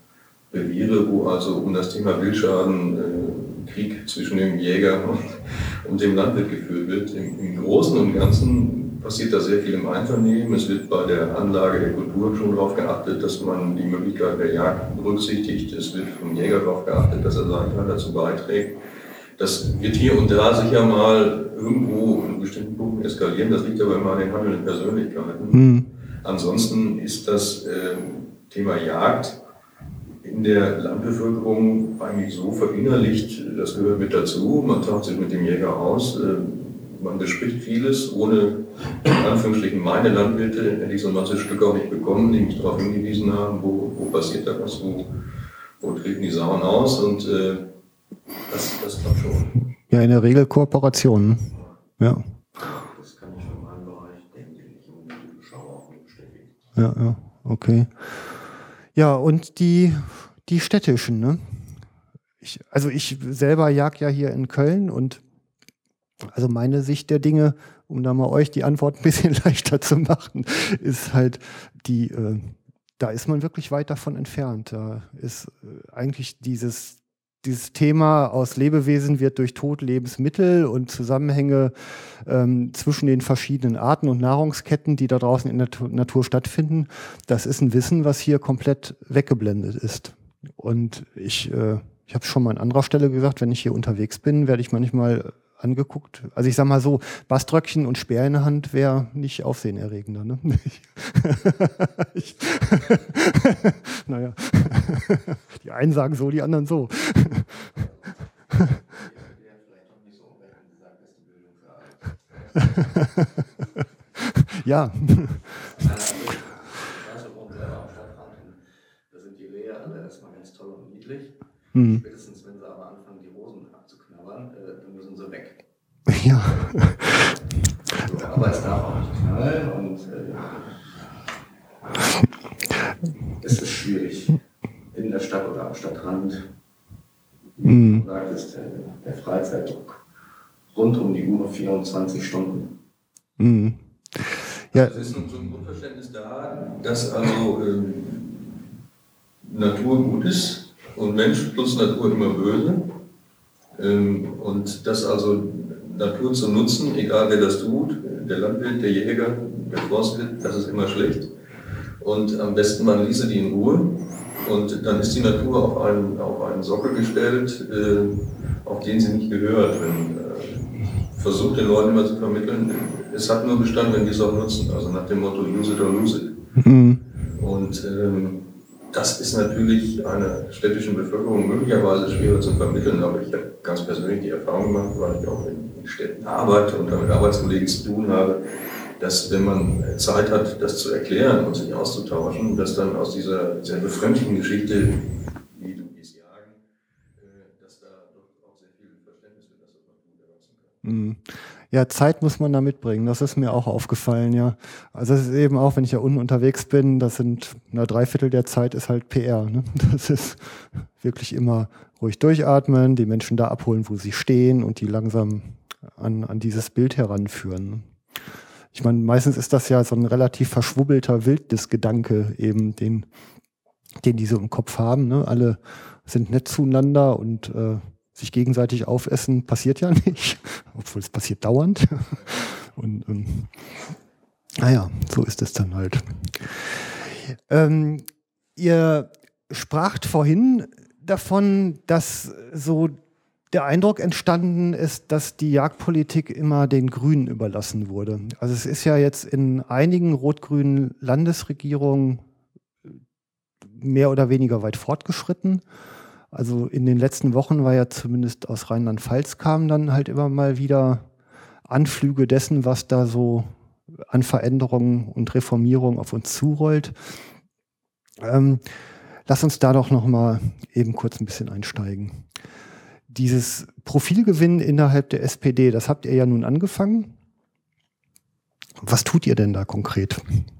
Speaker 3: Reviere, wo also um das Thema Wildschaden äh, Krieg zwischen dem Jäger und, und dem Landwirt geführt wird. Im, Im Großen und Ganzen passiert da sehr viel im Einvernehmen. Es wird bei der Anlage der Kultur schon darauf geachtet, dass man die Möglichkeit der Jagd berücksichtigt. Es wird vom Jäger darauf geachtet, dass er seinen Teil dazu beiträgt. Das wird hier und da sicher mal irgendwo in bestimmten Punkten eskalieren. Das liegt aber immer an den handelnden Persönlichkeiten. Mhm. Ansonsten ist das äh, Thema Jagd in der Landbevölkerung eigentlich so verinnerlicht, das gehört mit dazu. Man tauscht sich mit dem Jäger aus, äh, man bespricht vieles, ohne in Anführungsstrichen meine Landwirte, hätte ich so manches Stück auch nicht bekommen, die mich darauf hingewiesen haben, wo, wo passiert da was, wo, wo treten die Sauen aus und äh, das, das klappt schon.
Speaker 1: Ja, in der Regel Kooperationen. Ja.
Speaker 2: Das kann ich von meinem Bereich, denke ich, im Moment Schauer auch nicht bestätigen.
Speaker 1: Ja, ja, okay. Ja, und die, die städtischen, ne? Ich, also ich selber jag ja hier in Köln und also meine Sicht der Dinge, um da mal euch die Antwort ein bisschen leichter zu machen, ist halt die, äh, da ist man wirklich weit davon entfernt. Da ist äh, eigentlich dieses, dieses Thema aus Lebewesen wird durch Tod Lebensmittel und Zusammenhänge ähm, zwischen den verschiedenen Arten und Nahrungsketten, die da draußen in der Natur stattfinden, das ist ein Wissen, was hier komplett weggeblendet ist. Und ich, äh, ich habe es schon mal an anderer Stelle gesagt, wenn ich hier unterwegs bin, werde ich manchmal angeguckt. Also ich sag mal so, Baströckchen und Speer in der Hand wäre nicht aufsehenerregender. Ne? ich, naja, die einen sagen so, die anderen so. Ja.
Speaker 2: Da sind die Rehe alle erstmal ganz toll und niedlich.
Speaker 1: Hm.
Speaker 2: Spätestens, wenn sie aber anfangen, die Rosen abzuknabbern, äh, dann müssen sie weg.
Speaker 1: Ja.
Speaker 2: So, aber es darf auch nicht knallen und äh, es ist schwierig. In der Stadt oder am Stadtrand, wie du sagtest, der, der Freizeitdruck rund um die Uhr vierundzwanzig Stunden.
Speaker 1: Mhm. Ja.
Speaker 3: Es ist so ein Grundverständnis da, dass also ähm, Natur gut ist und Mensch plus Natur immer böse. Ähm, und dass also Natur zu nutzen, egal wer das tut, der Landwirt, der Jäger, der Forstwirt, das ist immer schlecht. Und am besten man ließe die in Ruhe. Und dann ist die Natur auf einen, auf einen Sockel gestellt, äh, auf den sie nicht gehört. Wenn, äh, versucht den Leuten immer zu vermitteln, es hat nur Bestand, wenn die es auch nutzen. Also nach dem Motto, use it or lose it. Mhm. Und ähm, das ist natürlich einer städtischen Bevölkerung möglicherweise schwerer zu vermitteln, aber ich habe ganz persönlich die Erfahrung gemacht, weil ich auch in Städten arbeite und damit Arbeitskollegen zu tun habe, dass wenn man Zeit hat, das zu erklären und sich auszutauschen, dass dann aus dieser sehr befremdlichen Geschichte, wie du gehst jagen, dass da doch auch sehr viel Verständnis für das, was man tut, erwachsen kann.
Speaker 1: Ja, Zeit muss man da mitbringen, das ist mir auch aufgefallen, ja. Also es ist eben auch, wenn ich ja unten unterwegs bin, das sind, na, drei Viertel der Zeit ist halt P R, ne? Das ist wirklich immer ruhig durchatmen, die Menschen da abholen, wo sie stehen und die langsam an, an dieses Bild heranführen. Ich meine, meistens ist das ja so ein relativ verschwubbelter Wildnisgedanke eben, den, den die so im Kopf haben, ne? Alle sind nett zueinander und äh, sich gegenseitig aufessen passiert ja nicht, obwohl es passiert dauernd. Und ähm, naja, so ist es dann halt. Ähm, ihr spracht vorhin davon, dass so der Eindruck entstanden ist, dass die Jagdpolitik immer den Grünen überlassen wurde. Also es ist ja jetzt in einigen rot-grünen Landesregierungen mehr oder weniger weit fortgeschritten. Also in den letzten Wochen war ja zumindest aus Rheinland-Pfalz kamen dann halt immer mal wieder Anflüge dessen, was da so an Veränderungen und Reformierung auf uns zurollt. Ähm, lass uns da doch noch mal eben kurz ein bisschen einsteigen. Dieses Profilgewinn innerhalb der S P D, das habt ihr ja nun angefangen. Was tut ihr denn da konkret?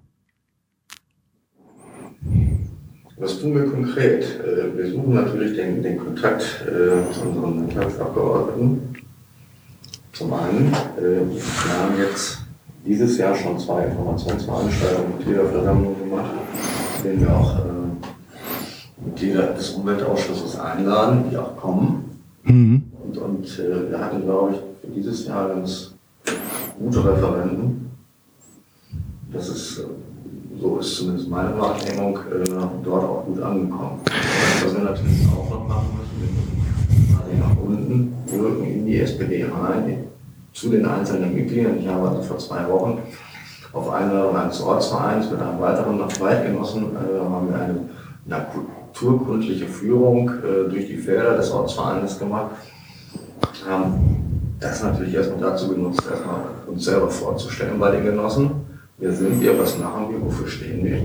Speaker 2: Was tun wir konkret? Wir suchen natürlich den, den Kontakt äh, zu unseren Landtagsabgeordneten. Zum einen, äh, wir haben jetzt dieses Jahr schon zwei Informationsveranstaltungen, Mitgliederversammlungen gemacht, in denen wir auch äh, Mitglieder des Umweltausschusses einladen, die auch kommen.
Speaker 1: Mhm.
Speaker 2: Und, und äh, wir hatten, glaube ich, für dieses Jahr ganz gute Referenten. Das ist, äh, so ist zumindest meine Wahrnehmung, äh, dort auch gut angekommen. Was wir natürlich auch noch machen müssen, wir müssen nach unten wirken in die S P D rein, zu den einzelnen Mitgliedern. Ich habe also vor zwei Wochen auf Einladung eines Ortsvereins mit einem weiteren Weitgenossen äh, haben wir eine, eine kulturkundliche Führung äh, durch die Felder des Ortsvereins gemacht. Haben das natürlich erstmal dazu genutzt, erstmal uns selber vorzustellen bei den Genossen. Wer sind wir, was machen wir, wofür stehen wir?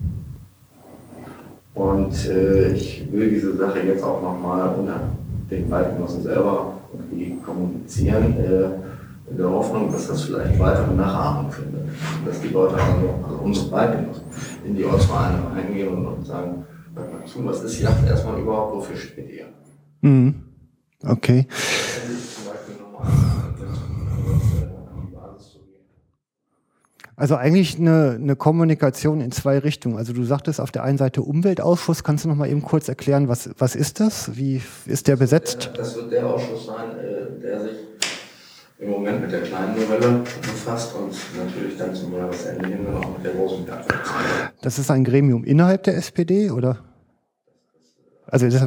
Speaker 2: Und äh, ich will diese Sache jetzt auch nochmal unter den Weitgenossen selber irgendwie kommunizieren, äh, in der Hoffnung, dass das vielleicht weitere Nachahmung findet. Dass die Leute, also, also unsere Weitgenossen, in die Ortsvereine reingehen und, und sagen, hört mal zu, was ist Yacht erstmal überhaupt, wofür steht ihr?
Speaker 1: Mhm. Okay. Also eigentlich eine, eine Kommunikation in zwei Richtungen. Also du sagtest auf der einen Seite Umweltausschuss. Kannst du noch mal eben kurz erklären, was, was ist das? Wie ist der besetzt?
Speaker 2: Das wird der Ausschuss sein, der sich im Moment mit der kleinen Novelle befasst und natürlich dann zum Jahresende hin auch mit der großen Plattform.
Speaker 1: Das ist ein Gremium innerhalb der S P D, oder? Also das,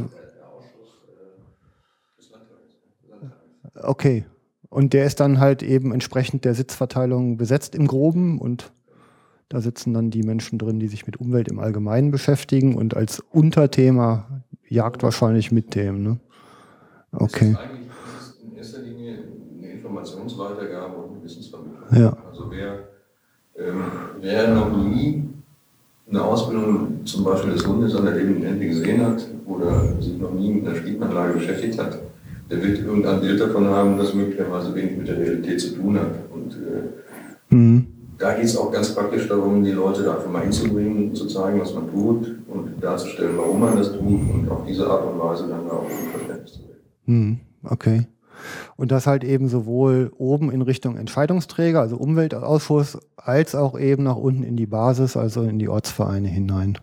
Speaker 1: okay. Und der ist dann halt eben entsprechend der Sitzverteilung besetzt im Groben und da sitzen dann die Menschen drin, die sich mit Umwelt im Allgemeinen beschäftigen und als Unterthema Jagd wahrscheinlich mit dem, ne? Okay.
Speaker 3: Das ist eigentlich das ist in erster Linie eine Informationsweitergabe und eine Wissensvermittlung.
Speaker 1: Ja.
Speaker 3: Also wer, ähm, wer noch nie eine Ausbildung zum Beispiel des Hundes an der lebenden Ente gesehen hat oder sich noch nie mit einer Spielanlage beschäftigt hat, der wird irgendein Bild davon haben, das möglicherweise wenig mit der Realität zu tun hat. Und äh, mhm. da geht es auch ganz praktisch darum, die Leute da einfach mal hinzubringen, zu zeigen, was man tut und darzustellen, warum man das tut und auf diese Art und Weise dann auch ein Verständnis zu werden.
Speaker 1: Mhm. Okay. Und das halt eben sowohl oben in Richtung Entscheidungsträger, also Umweltausschuss, als auch eben nach unten in die Basis, also in die Ortsvereine hinein.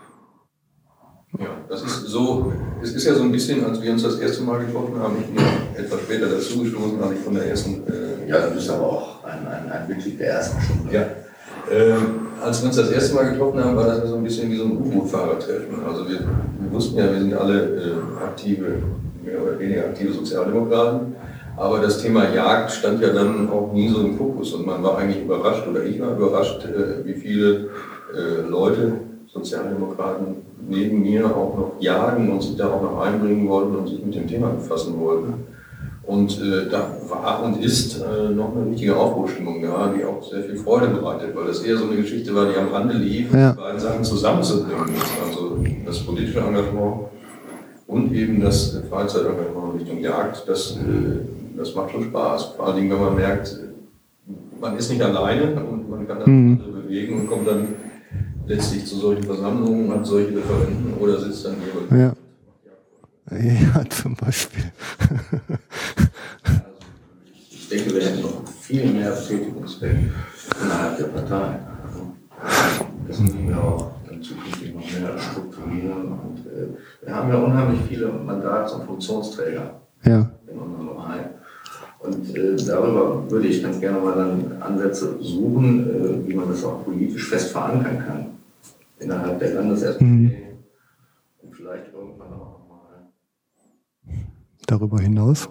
Speaker 3: Ja, das ist so, es ist ja so ein bisschen, als wir uns das erste Mal getroffen haben, ich bin etwas später dazugestoßen, als ich von der ersten... Äh,
Speaker 2: ja, du bist aber auch ein, ein, ein Mitglied der ersten Stunde.
Speaker 3: Ja, äh, als wir uns das erste Mal getroffen haben, war das ja so ein bisschen wie so ein U-Boot-Fahrertreffen. Also wir, wir wussten ja, wir sind alle äh, aktive, mehr oder weniger aktive Sozialdemokraten, aber das Thema Jagd stand ja dann auch nie so im Fokus und man war eigentlich überrascht, oder ich war überrascht, äh, wie viele äh, Leute, Sozialdemokraten, neben mir auch noch jagen und sich da auch noch einbringen wollten und sich mit dem Thema befassen wollten. Und äh, da war und ist äh, noch eine richtige Aufbruchstimmung da, die auch sehr viel Freude bereitet, weil das eher so eine Geschichte war, die am Rande lief, ja. Die beiden Sachen zusammenzubringen. Also das politische Engagement und eben das Freizeitengagement Richtung Jagd, das, äh, das macht schon Spaß. Vor allem, wenn man merkt, man ist nicht alleine und man kann dann mhm. andere bewegen und kommt dann letztlich zu solchen Versammlungen, hat solche Referenten oder sitzt dann hier.
Speaker 1: Ja. Ja, zum Beispiel.
Speaker 2: Also ich denke, wir hätten noch viel mehr Betätigungsfeld innerhalb der Partei. Also das müssen wir auch dann zukünftig noch mehr strukturieren. Und äh, wir haben ja unheimlich viele Mandats- und Funktionsträger
Speaker 1: ja.
Speaker 2: in unserem Verein. Und äh, darüber würde ich ganz gerne mal dann Ansätze suchen, äh, wie man das auch politisch fest verankern kann. Innerhalb der Landes-S P D mhm. und vielleicht irgendwann auch nochmal.
Speaker 1: Darüber hinaus?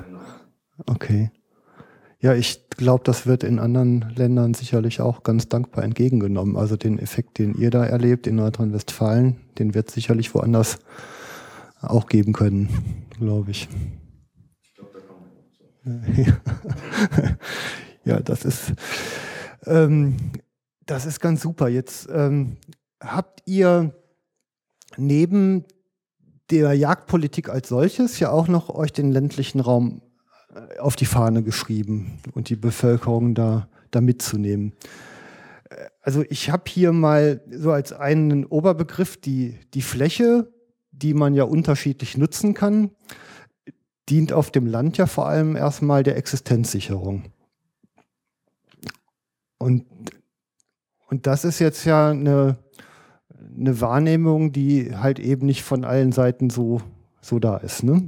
Speaker 1: Okay. Ja, ich glaube, das wird in anderen Ländern sicherlich auch ganz dankbar entgegengenommen. Also den Effekt, den ihr da erlebt in Nordrhein-Westfalen, den wird es sicherlich woanders auch geben können, glaube ich.
Speaker 2: Ich glaube, da kommen wir noch zu.
Speaker 1: Ja, das ist, ähm, das ist ganz super. Jetzt ähm, habt ihr neben der Jagdpolitik als solches ja auch noch euch den ländlichen Raum auf die Fahne geschrieben und die Bevölkerung da, da mitzunehmen. Also ich habe hier mal so als einen Oberbegriff die, die Fläche, die man ja unterschiedlich nutzen kann, dient auf dem Land ja vor allem erstmal der Existenzsicherung. Und, und das ist jetzt ja eine, eine Wahrnehmung, die halt eben nicht von allen Seiten so, so da ist. Ne?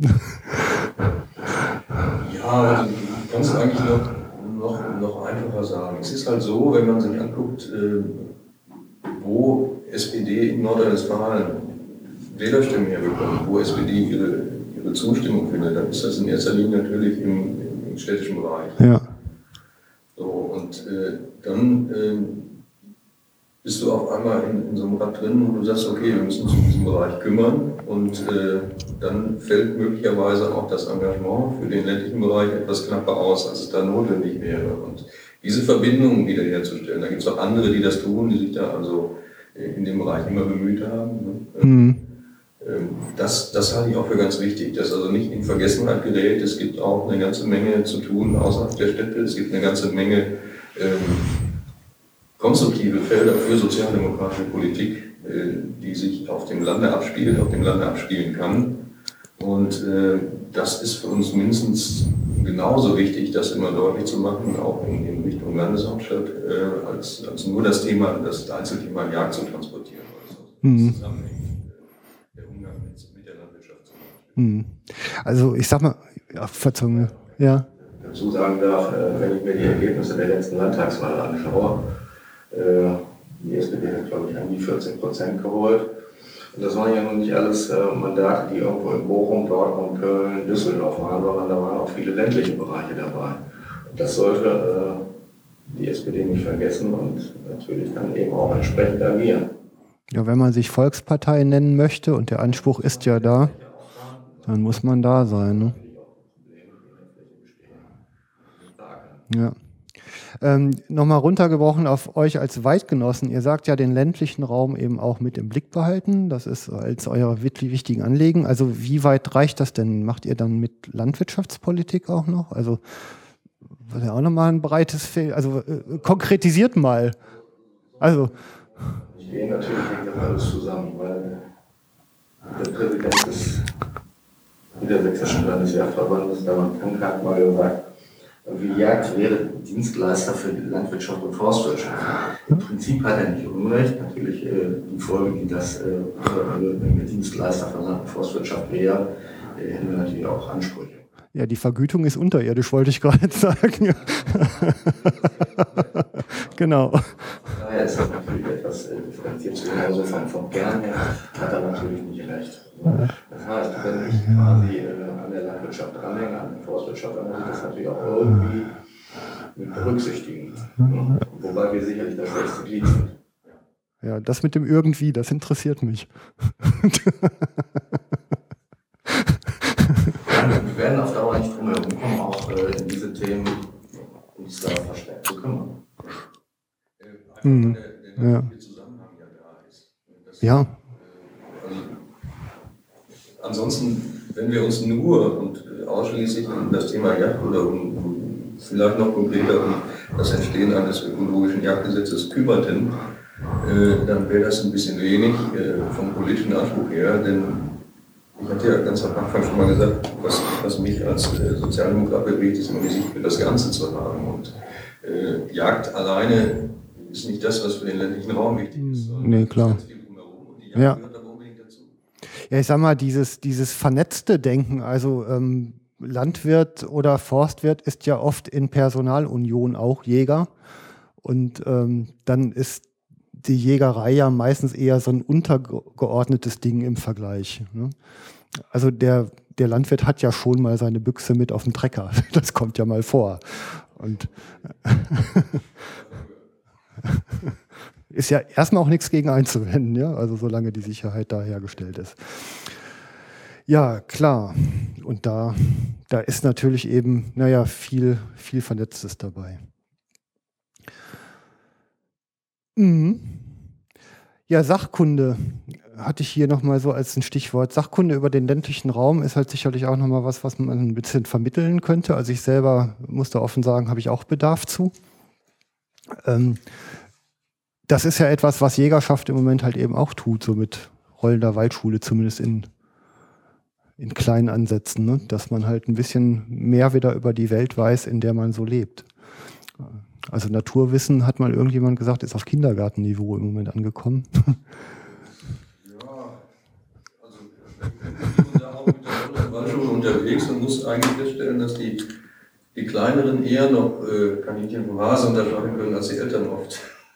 Speaker 3: Ja, also ich kann es eigentlich noch, noch, noch einfacher sagen. Es ist halt so, wenn man sich anguckt, äh, wo S P D in Nordrhein-Westfalen Wählerstimmen herbekommt, wo S P D ihre, ihre Zustimmung findet, dann ist das in erster Linie natürlich im, im städtischen Bereich.
Speaker 1: Ja.
Speaker 3: So, und äh, dann äh, bist du auf einmal in, in so einem Rad drin, wo du sagst, okay, wir müssen uns um diesen Bereich kümmern, und äh, dann fällt möglicherweise auch das Engagement für den ländlichen Bereich etwas knapper aus, als es da notwendig wäre. Und diese Verbindungen wiederherzustellen, da gibt es auch andere, die das tun, die sich da also in dem Bereich immer bemüht haben. Ne? Mhm. Das, das halte ich auch für ganz wichtig, dass also nicht in Vergessenheit gerät. Es gibt auch eine ganze Menge zu tun außerhalb der Städte. Es gibt eine ganze Menge ähm, konstruktive Felder für sozialdemokratische Politik, äh, die sich auf dem Lande abspielt, auf dem Lande abspielen kann. Und äh, das ist für uns mindestens genauso wichtig, das immer deutlich zu machen, auch in, in Richtung Landeshauptstadt, äh, als, als nur das Thema, das Einzelthema Jagd zu transportieren. Also
Speaker 1: mhm.
Speaker 3: zusammenhängt. Der Umgang mit, mit der Landwirtschaft zum Beispiel.
Speaker 1: Mhm. Also ich sag mal, ja, Verzeihung, ja.
Speaker 2: Dazu sagen darf, äh, wenn ich mir die Ergebnisse der letzten Landtagswahl anschaue, äh, die S P D hat, glaube ich, an die vierzehn Prozent geholt. Und das waren ja nun nicht alles äh, Mandate, die irgendwo in Bochum, Dortmund, Köln, Düsseldorf waren, sondern da waren auch viele ländliche Bereiche dabei. Und das sollte äh, die S P D nicht vergessen und natürlich dann eben auch entsprechend agieren.
Speaker 1: Ja, wenn man sich Volkspartei nennen möchte und der Anspruch ist ja da, dann muss man da sein. Ne? Ja. Ähm, Nochmal runtergebrochen auf euch als Weidgenossen. Ihr sagt ja, den ländlichen Raum eben auch mit im Blick behalten. Das ist als euer wichtigen Anliegen. Also wie weit reicht das denn? Macht ihr dann mit Landwirtschaftspolitik auch noch? Also das ist ja auch nochmal ein breites Feld. Also äh, konkretisiert mal. Also
Speaker 2: ich gehe natürlich hängt das alles zusammen, weil der Präsident des Niedersächsischen Landesjagdverbandes, der Mann Kank, hat mal gesagt, die Jagd wäre Dienstleister für die Landwirtschaft und Forstwirtschaft. Im Prinzip hat er nicht Unrecht. Natürlich äh, die Folge, die das, äh, wenn wir Dienstleister für Land- und Forstwirtschaft wären, äh, hätten wir natürlich auch Ansprüche.
Speaker 1: Ja, die Vergütung ist unterirdisch, wollte ich gerade sagen. Genau.
Speaker 2: Daher ist das natürlich etwas äh, differenziert. Genauso vom, vom Kern her hat er natürlich nicht recht. Das heißt, wenn ich quasi äh, an der Landwirtschaft dranhänge, an der Forstwirtschaft, dann muss ich das natürlich auch irgendwie mit berücksichtigen. Ja? Wobei wir sicherlich das schwächste Glied sind.
Speaker 1: Ja, das mit dem irgendwie, das interessiert mich.
Speaker 2: Wir werden auf Dauer nicht drum herum kommen, auch äh, in diese Themen uns da verstärkt zu kümmern.
Speaker 3: Einfach mhm. der, der
Speaker 1: ja.
Speaker 3: Zusammenhang ja da ist. Das,
Speaker 1: ja.
Speaker 3: Also, ansonsten, wenn wir uns nur und ausschließlich um das Thema Jagd oder um, um vielleicht noch konkreter um das Entstehen eines ökologischen Jagdgesetzes kümmerten, äh, dann wäre das ein bisschen wenig äh, vom politischen Anspruch her, denn ich hatte ja ganz am Anfang schon mal gesagt, was, was mich als äh, Sozialdemokrat bewegt, ist immer die Sicht für das Ganze zu haben. Und äh, Jagd alleine ist nicht das, was für den ländlichen Raum wichtig ist.
Speaker 1: Nee, klar.
Speaker 3: Ganz viel drumherum und die Jagd
Speaker 1: ja.
Speaker 3: gehört aber unbedingt dazu.
Speaker 1: Ja, ich sag mal, dieses, dieses vernetzte Denken, also ähm, Landwirt oder Forstwirt ist ja oft in Personalunion auch Jäger. Und ähm, dann ist die Jägerei ja meistens eher so ein untergeordnetes Ding im Vergleich. Ne? Also der, der Landwirt hat ja schon mal seine Büchse mit auf dem Trecker. Das kommt ja mal vor. Und ist ja erstmal auch nichts gegen einzuwenden, ja? Also solange die Sicherheit da hergestellt ist. Ja, klar. Und da, da ist natürlich eben, naja, viel, viel Vernetztes dabei. Mhm. Ja, Sachkunde hatte ich hier nochmal so als ein Stichwort. Sachkunde über den ländlichen Raum ist halt sicherlich auch nochmal was, was man ein bisschen vermitteln könnte. Also ich selber, muss da offen sagen, habe ich auch Bedarf zu. Ähm, das ist ja etwas, was Jägerschaft im Moment halt eben auch tut, so mit rollender Waldschule, zumindest in, in kleinen Ansätzen, ne? Dass man halt ein bisschen mehr wieder über die Welt weiß, in der man so lebt. Also Naturwissen, hat mal irgendjemand gesagt, ist auf Kindergartenniveau im Moment angekommen.
Speaker 3: war schon unterwegs und muss eigentlich feststellen, dass die, die Kleineren eher noch äh, Kaninchen vom Hase unterscheiden können als die Eltern oft.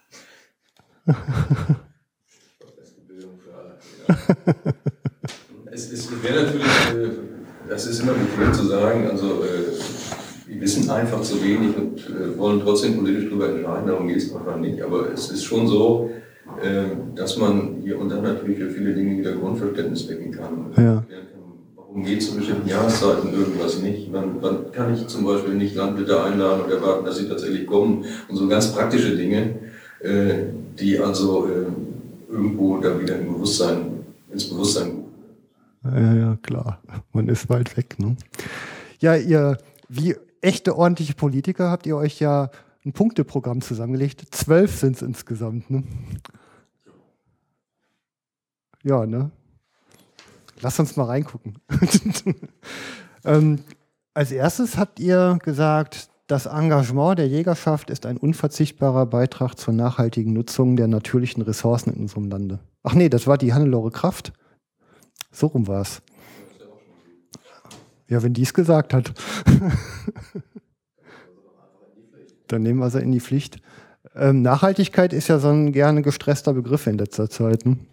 Speaker 3: Es, es wäre natürlich, äh, das ist immer bequem zu sagen, also äh, die wissen einfach zu wenig und äh, wollen trotzdem politisch darüber entscheiden, darum geht es einfach nicht. Aber es ist schon so, äh, dass man hier und da natürlich für viele Dinge wieder Grundverständnis wecken kann.
Speaker 1: Ja.
Speaker 3: Warum geht zu bestimmten Jahreszeiten irgendwas nicht? Wann, wann kann ich zum Beispiel nicht Landwirte einladen und erwarten, dass sie tatsächlich kommen? Und so ganz praktische Dinge, äh, die also äh, irgendwo da wieder im Bewusstsein, ins Bewusstsein.
Speaker 1: Ja, ja, klar. Man ist weit weg. Ne? Ja, ihr, wie echte, ordentliche Politiker habt ihr euch ja ein Punkteprogramm zusammengelegt. Zwölf sind es insgesamt. Ne? Ja, ne? Lass uns mal reingucken. ähm, als erstes habt ihr gesagt, das Engagement der Jägerschaft ist ein unverzichtbarer Beitrag zur nachhaltigen Nutzung der natürlichen Ressourcen in unserem Lande. Ach nee, das war die Hannelore Kraft. So rum war es. Ja, wenn die es gesagt hat. Dann nehmen wir sie in die Pflicht. Ähm, Nachhaltigkeit ist ja so ein gerne gestresster Begriff in letzter Zeit. Ne?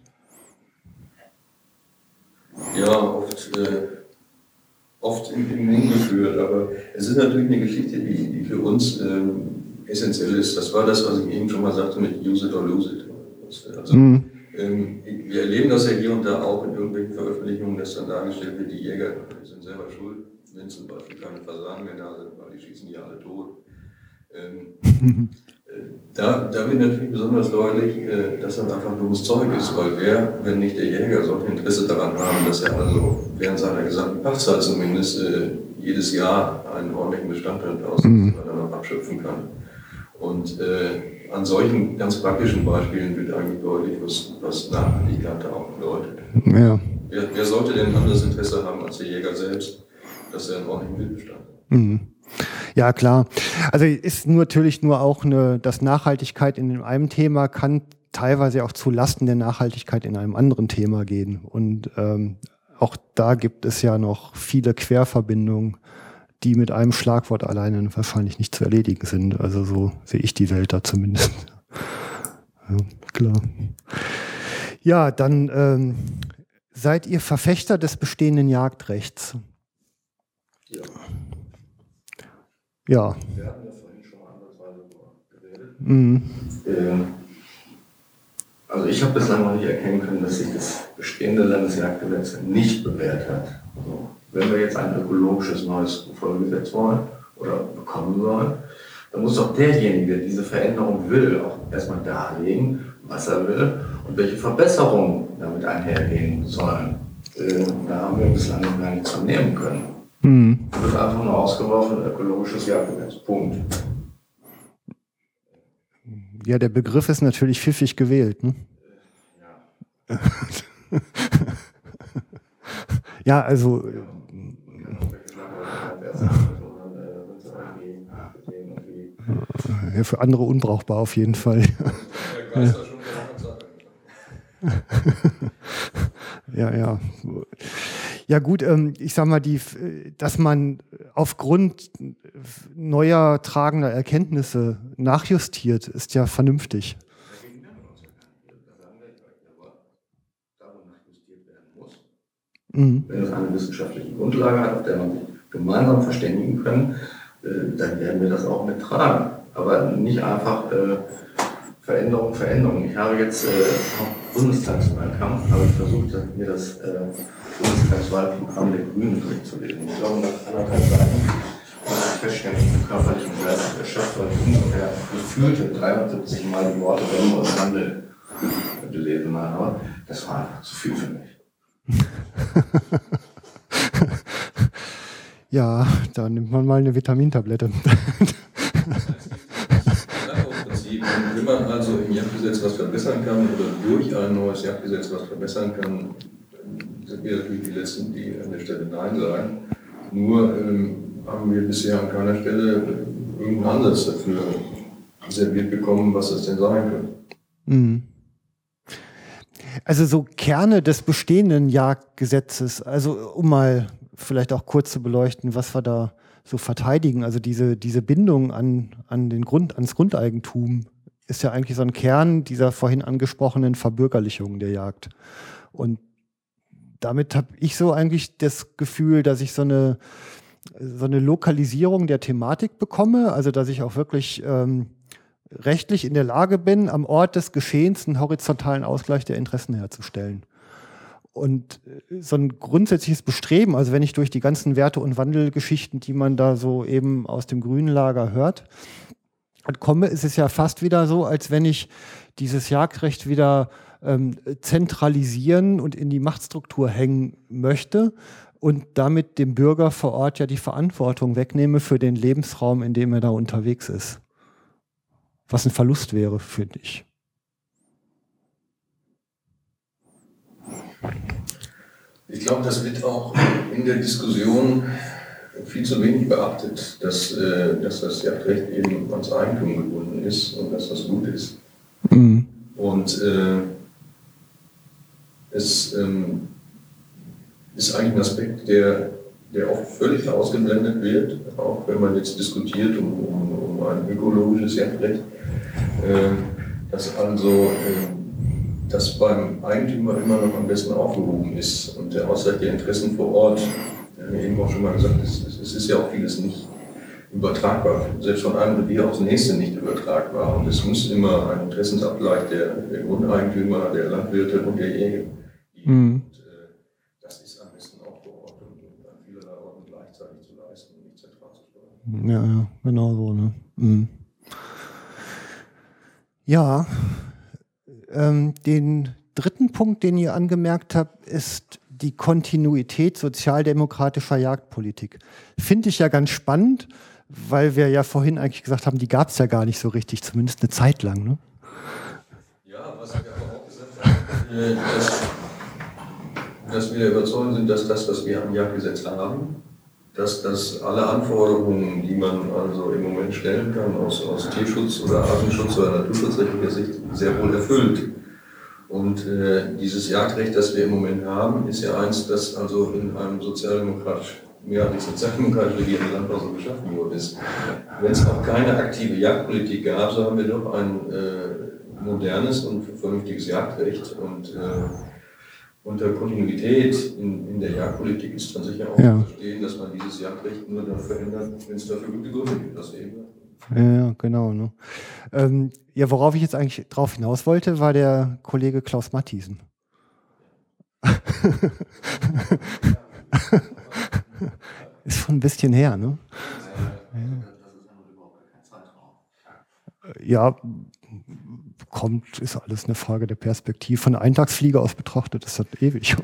Speaker 3: Ja, oft, äh, oft im, im Mund geführt, aber es ist natürlich eine Geschichte, die, die für uns ähm, essentiell ist. Das war das, was ich eben schon mal sagte mit use it or lose it. Also, mhm. ähm, wir erleben das ja hier und da auch in irgendwelchen Veröffentlichungen, dass dann dargestellt wird, die Jäger sind selber schuld, wenn zum Beispiel keine Fasanen mehr da sind, weil die schießen die alle tot. Ähm, Da, da wird natürlich besonders deutlich, dass das einfach dummes Zeug ist, weil wer, wenn nicht der Jäger, sollte Interesse daran haben, dass er also während seiner gesamten Pachtzeit zumindest äh, jedes Jahr einen ordentlichen Bestand aus mhm. dann abschöpfen kann. Und äh, an solchen ganz praktischen Beispielen wird eigentlich deutlich, was, was Nachhaltigkeit da auch bedeutet. Ja. Wer, wer sollte denn ein anderes Interesse haben als der Jäger selbst, dass er einen ordentlichen Wildbestand hat?
Speaker 1: Mhm. Ja, klar. Also ist natürlich nur auch eine, dass Nachhaltigkeit in einem Thema kann teilweise auch zu Lasten der Nachhaltigkeit in einem anderen Thema gehen. Und ähm, auch da gibt es ja noch viele Querverbindungen, die mit einem Schlagwort alleine wahrscheinlich nicht zu erledigen sind. Also so sehe ich die Welt da zumindest. Ja, klar. Ja, dann ähm, seid ihr Verfechter des bestehenden Jagdrechts.
Speaker 3: Ja.
Speaker 1: Ja.
Speaker 3: Wir hatten ja vorhin schon mal andersweise geredet.
Speaker 1: Mhm.
Speaker 2: Ähm, also ich habe bislang noch nicht erkennen können, dass sich das bestehende Landesjagdgesetz nicht bewährt hat. Also, wenn wir jetzt ein ökologisches neues Folgegesetz wollen oder bekommen sollen, dann muss doch derjenige, der diese Veränderung will, auch erstmal darlegen, was er will und welche Verbesserungen damit einhergehen sollen. Ähm, da haben wir bislang noch gar nichts von nehmen können.
Speaker 1: Mhm.
Speaker 2: Es wird einfach nur ausgeworfen, ökologisches Jagdgesetz. Punkt.
Speaker 1: Ja, der Begriff ist natürlich pfiffig gewählt. Ne? Ja. Ja, also. Ja, für andere unbrauchbar auf jeden Fall. Ja. Ja, ja. Ja gut, ähm, ich sag mal, die, dass man aufgrund neuer tragender Erkenntnisse nachjustiert, ist ja vernünftig.
Speaker 2: Mhm. Wenn es eine wissenschaftliche Grundlage hat, auf der man sich gemeinsam verständigen kann, äh, dann werden wir das auch mittragen. Aber nicht einfach äh, Veränderung, Veränderung. Ich habe jetzt äh, auch Bundestagswahlkampf, habe ich versucht, mir das äh, Bundestagswahlprogramm der Grünen durchzulesen. Ich glaube, nach anderthalb Seiten muss ich feststellen, dass ich körperlich und geistig erschöpft, weil ich ungefähr gefühlte dreihundertsiebzig Mal die Worte Wende und Wandel gelesen habe. Das war einfach zu viel für mich.
Speaker 1: Ja, da nimmt man mal eine Vitamintablette.
Speaker 3: Wenn man also im Jagdgesetz was verbessern kann oder durch ein neues Jagdgesetz was verbessern kann, sind wir natürlich die Letzten, die an der Stelle Nein sagen. Nur ähm, haben wir bisher an keiner Stelle irgendeinen Ansatz dafür serviert bekommen, was das denn sein könnte.
Speaker 1: Mhm. Also so Kerne des bestehenden Jagdgesetzes, also um mal vielleicht auch kurz zu beleuchten, was wir da so verteidigen. Also diese, diese Bindung an, an den Grund, ans Grundeigentum ist ja eigentlich so ein Kern dieser vorhin angesprochenen Verbürgerlichung der Jagd. Und damit habe ich so eigentlich das Gefühl, dass ich so eine, so eine Lokalisierung der Thematik bekomme, also dass ich auch wirklich ähm, rechtlich in der Lage bin, am Ort des Geschehens einen horizontalen Ausgleich der Interessen herzustellen. Und so ein grundsätzliches Bestreben, also wenn ich durch die ganzen Werte- und Wandelgeschichten, die man da so eben aus dem grünen Lager hört, komme, ist es ja fast wieder so, als wenn ich dieses Jagdrecht wieder ähm, zentralisieren und in die Machtstruktur hängen möchte und damit dem Bürger vor Ort ja die Verantwortung wegnehme für den Lebensraum, in dem er da unterwegs ist. Was ein Verlust wäre, finde ich.
Speaker 3: Ich glaube, das wird auch in der Diskussion viel zu wenig beachtet, dass, äh, dass das Jagdrecht eben ans Eigentum gebunden ist und dass das gut ist. Mhm. Und äh, es ähm, ist eigentlich ein Aspekt, der, der oft völlig ausgeblendet wird, auch wenn man jetzt diskutiert um, um, um ein ökologisches Jagdrecht, äh, dass also äh, das beim Eigentümer immer noch am besten aufgehoben ist und der Ausgleich der Interessen vor Ort, wir haben ja eben auch schon mal gesagt, es, es ist ja auch vieles nicht übertragbar, selbst von einem Revier aufs nächste nicht übertragbar und es muss immer ein Interessensabgleich der, der Grundeigentümer, der Landwirte und der Jäger geben. Mhm. Und, äh, das ist am besten auch vor Ort und an vielerlei Orten gleichzeitig zu leisten und nicht zentral zu steuern.
Speaker 1: Ja, ja, genau so. Ne? Mhm. Ja, ähm, den dritten Punkt, den ihr angemerkt habt, ist die Kontinuität sozialdemokratischer Jagdpolitik. Finde ich ja ganz spannend, weil wir ja vorhin eigentlich gesagt haben, die gab es ja gar nicht so richtig, zumindest eine Zeit lang. Ne?
Speaker 3: Ja, was wir aber auch gesagt haben, dass, dass wir der Überzeugung sind, dass das, was wir am Jagdgesetz haben, dass das alle Anforderungen, die man also im Moment stellen kann, aus, aus Tierschutz oder Artenschutz oder naturschutzrechtlicher Sicht, sehr wohl erfüllt. Und äh, dieses Jagdrecht, das wir im Moment haben, ist ja eins, das also in einem sozialdemokratisch, mehrheitlich sozialdemokratisch regierten Land auch so geschaffen worden ist. Wenn es auch keine aktive Jagdpolitik gab, so haben wir doch ein äh, modernes und vernünftiges Jagdrecht. Und äh, unter Kontinuität in, in der Jagdpolitik ist dann sicher auch ja. zu verstehen, dass man dieses Jagdrecht nur dann verändert, wenn es dafür gute Gründe gibt. Das eben.
Speaker 1: Ja, genau. Ne? Ähm, ja, worauf ich jetzt eigentlich drauf hinaus wollte, war der Kollege Klaus Mathiesen. Ist schon ein bisschen her, ne? Ja, kommt, ist alles eine Frage der Perspektive. Von der Eintagsfliege aus betrachtet ist das ewig.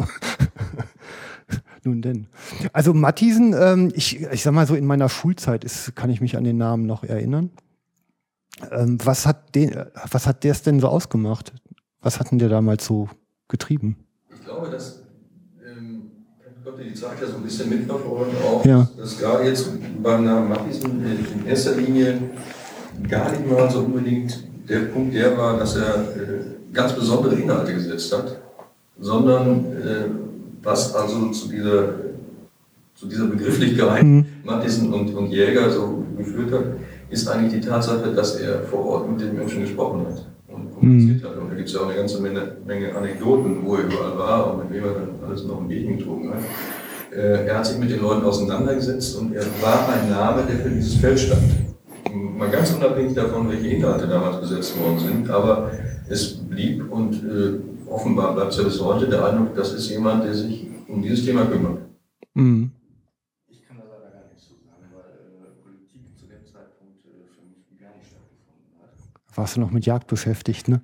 Speaker 1: Nun denn. Also Mathiesen, ähm, ich, ich sag mal so, in meiner Schulzeit ist, kann ich mich an den Namen noch erinnern. Ähm, was hat den, was hat der es denn so ausgemacht? Was hat denn der damals so getrieben?
Speaker 3: Ich glaube, dass ähm, ich konnte die Zeit ja so ein bisschen mitverfolgen, auch
Speaker 1: ja.
Speaker 3: dass gerade jetzt beim Namen Mathiesen in erster Linie gar nicht mal so unbedingt der Punkt der war, dass er äh, ganz besondere Inhalte gesetzt hat, sondern äh, was also zu dieser, zu dieser Begrifflichkeit mhm. Mathiesen und, und Jäger so geführt hat, ist eigentlich die Tatsache, dass er vor Ort mit den Menschen gesprochen hat und kommuniziert mhm. hat. Und da gibt es ja auch eine ganze Menge, Menge Anekdoten, wo er überall war und mit wem er dann alles noch ein Bierchen getrunken hat. Äh, er hat sich mit den Leuten auseinandergesetzt und er war ein Name, der für dieses Feld stand. Mal ganz unabhängig davon, welche Inhalte damals gesetzt worden sind, aber es blieb und äh, offenbar bleibt es ja bis heute der Eindruck, das ist jemand, der sich um dieses Thema kümmert. Mhm.
Speaker 2: Ich kann da leider gar nichts zu sagen, weil äh, Politik zu dem Zeitpunkt äh, für mich gar nicht stattgefunden hat.
Speaker 1: Warst du noch mit Jagd beschäftigt, ne?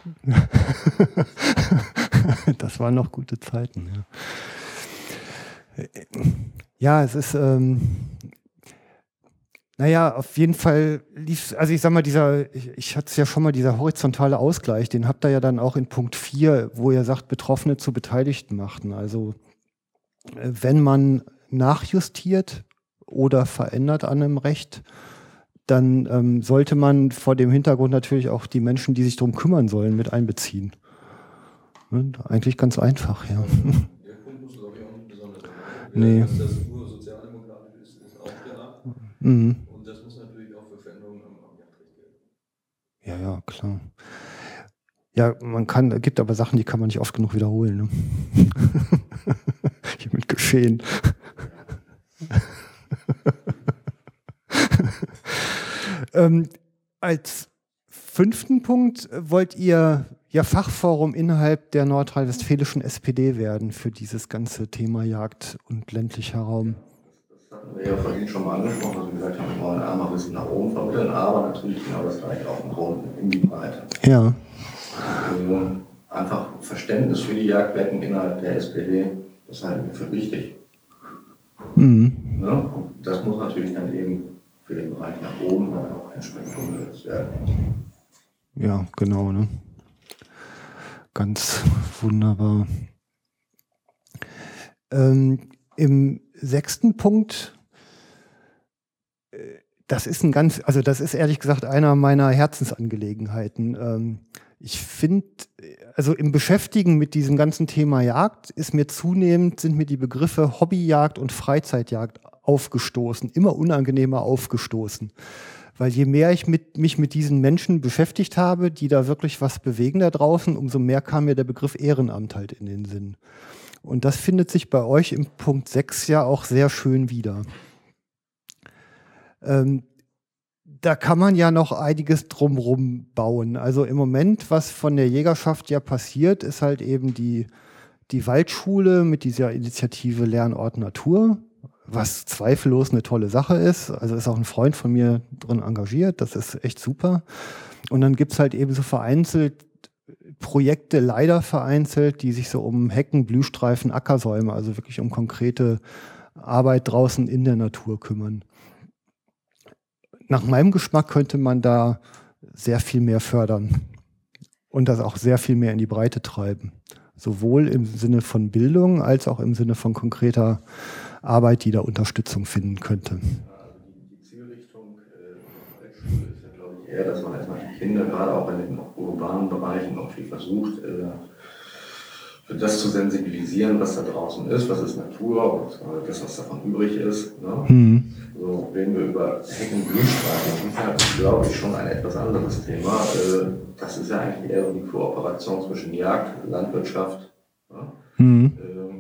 Speaker 1: Das waren noch gute Zeiten, ja. Ja, es ist... Ähm Naja, auf jeden Fall lief, also ich sag mal, dieser, ich, ich hatte es ja schon mal, dieser horizontale Ausgleich, den habt ihr ja dann auch in Punkt vier, wo ihr sagt, Betroffene zu Beteiligten machten. Also wenn man nachjustiert oder verändert an einem Recht, dann ähm, sollte man vor dem Hintergrund natürlich auch die Menschen, die sich darum kümmern sollen, mit einbeziehen. Ne? Eigentlich ganz einfach, ja. Nee.
Speaker 3: Dass das nur sozialdemokratisch ist, ist auch klar.
Speaker 1: Mhm.
Speaker 3: Und das muss natürlich auch für Veränderungen am, am Jagdrecht gelten.
Speaker 1: Ja, ja, klar. Ja, man kann, es gibt aber Sachen, die kann man nicht oft genug wiederholen. Ne? Hiermit geschehen. ähm, als fünften Punkt wollt ihr ja Fachforum innerhalb der nordrhein-westfälischen S P D werden für dieses ganze Thema Jagd und ländlicher Raum.
Speaker 2: Das hatten wir ja vorhin schon mal angesprochen, dass wir gesagt haben, wir wollen einmal ein bisschen nach oben vermitteln, aber natürlich genau das gleiche auch nach unten in die Breite.
Speaker 1: Ja.
Speaker 2: Also einfach Verständnis für die Jagdbecken innerhalb der S P D, das halten wir für wichtig.
Speaker 1: Mhm.
Speaker 2: Ne? Und das muss natürlich dann eben für den Bereich nach oben dann auch entsprechend umgesetzt werden.
Speaker 1: Ja, genau. Ne? Ganz wunderbar. Ähm, Im sechsten Punkt, äh, das ist ein ganz, also das ist ehrlich gesagt einer meiner Herzensangelegenheiten. Ähm, ich finde, also im Beschäftigen mit diesem ganzen Thema Jagd ist mir zunehmend, sind mir die Begriffe Hobbyjagd und Freizeitjagd aufgestoßen, immer unangenehmer aufgestoßen. Weil je mehr ich mit, mich mit diesen Menschen beschäftigt habe, die da wirklich was bewegen da draußen, umso mehr kam mir der Begriff Ehrenamt halt in den Sinn. Und das findet sich bei euch im Punkt sechs ja auch sehr schön wieder. Ähm, da kann man ja noch einiges drumrum bauen. Also im Moment, was von der Jägerschaft ja passiert, ist halt eben die, die Waldschule mit dieser Initiative Lernort Natur, was zweifellos eine tolle Sache ist. Also ist auch ein Freund von mir drin engagiert, das ist echt super. Und dann gibt es halt eben so vereinzelt Projekte, leider vereinzelt, die sich so um Hecken, Blühstreifen, Ackersäume, also wirklich um konkrete Arbeit draußen in der Natur kümmern. Nach meinem Geschmack könnte man da sehr viel mehr fördern und das auch sehr viel mehr in die Breite treiben. Sowohl im Sinne von Bildung als auch im Sinne von konkreter Arbeit, die da Unterstützung finden könnte.
Speaker 2: Also die, die Zielrichtung äh, der Waldschule ist ja, glaube ich, eher, dass man erstmal die Kinder, gerade auch in den urbanen Bereichen, irgendwie versucht, äh, für das zu sensibilisieren, was da draußen ist, was ist Natur und äh, das, was davon übrig ist. Ne?
Speaker 1: Mhm.
Speaker 2: So, reden wir über Hecken, Blühstreifen, das ist ja, glaube ich, schon ein etwas anderes Thema. Äh, das ist ja eigentlich eher so die Kooperation zwischen Jagd, Landwirtschaft. Ne?
Speaker 1: Mhm.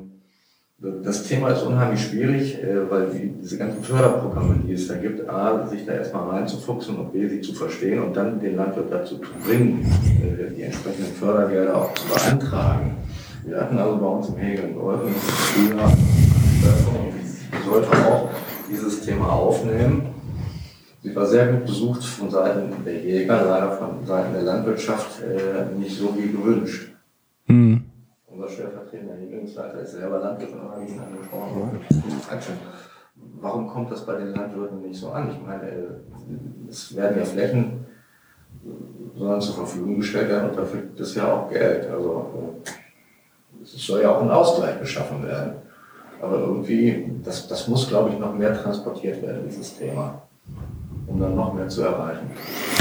Speaker 2: Das Thema ist unheimlich schwierig, weil die, diese ganzen Förderprogramme, die es da gibt, A, sich da erstmal reinzufuchsen und B, sie zu verstehen und dann den Landwirt dazu zu bringen, die entsprechenden Fördergelder auch zu beantragen. Wir hatten also bei uns im Hegel in Golfen früher, die sollte auch dieses Thema aufnehmen. Sie war sehr gut besucht von Seiten der Jäger, leider von Seiten der Landwirtschaft nicht so wie gewünscht. Mhm. Unser stellvertretender Jägerungsleiter ist selber Landwirt und habe ihn angesprochen. Warum kommt das bei den Landwirten nicht so an? Ich meine, es werden ja Flächen, sondern zur Verfügung gestellt werden und dafür gibt es ja auch Geld. Also es soll ja auch ein Ausgleich geschaffen werden. Aber irgendwie, das, das muss, glaube ich, noch mehr transportiert werden, dieses Thema, um dann noch mehr zu erreichen.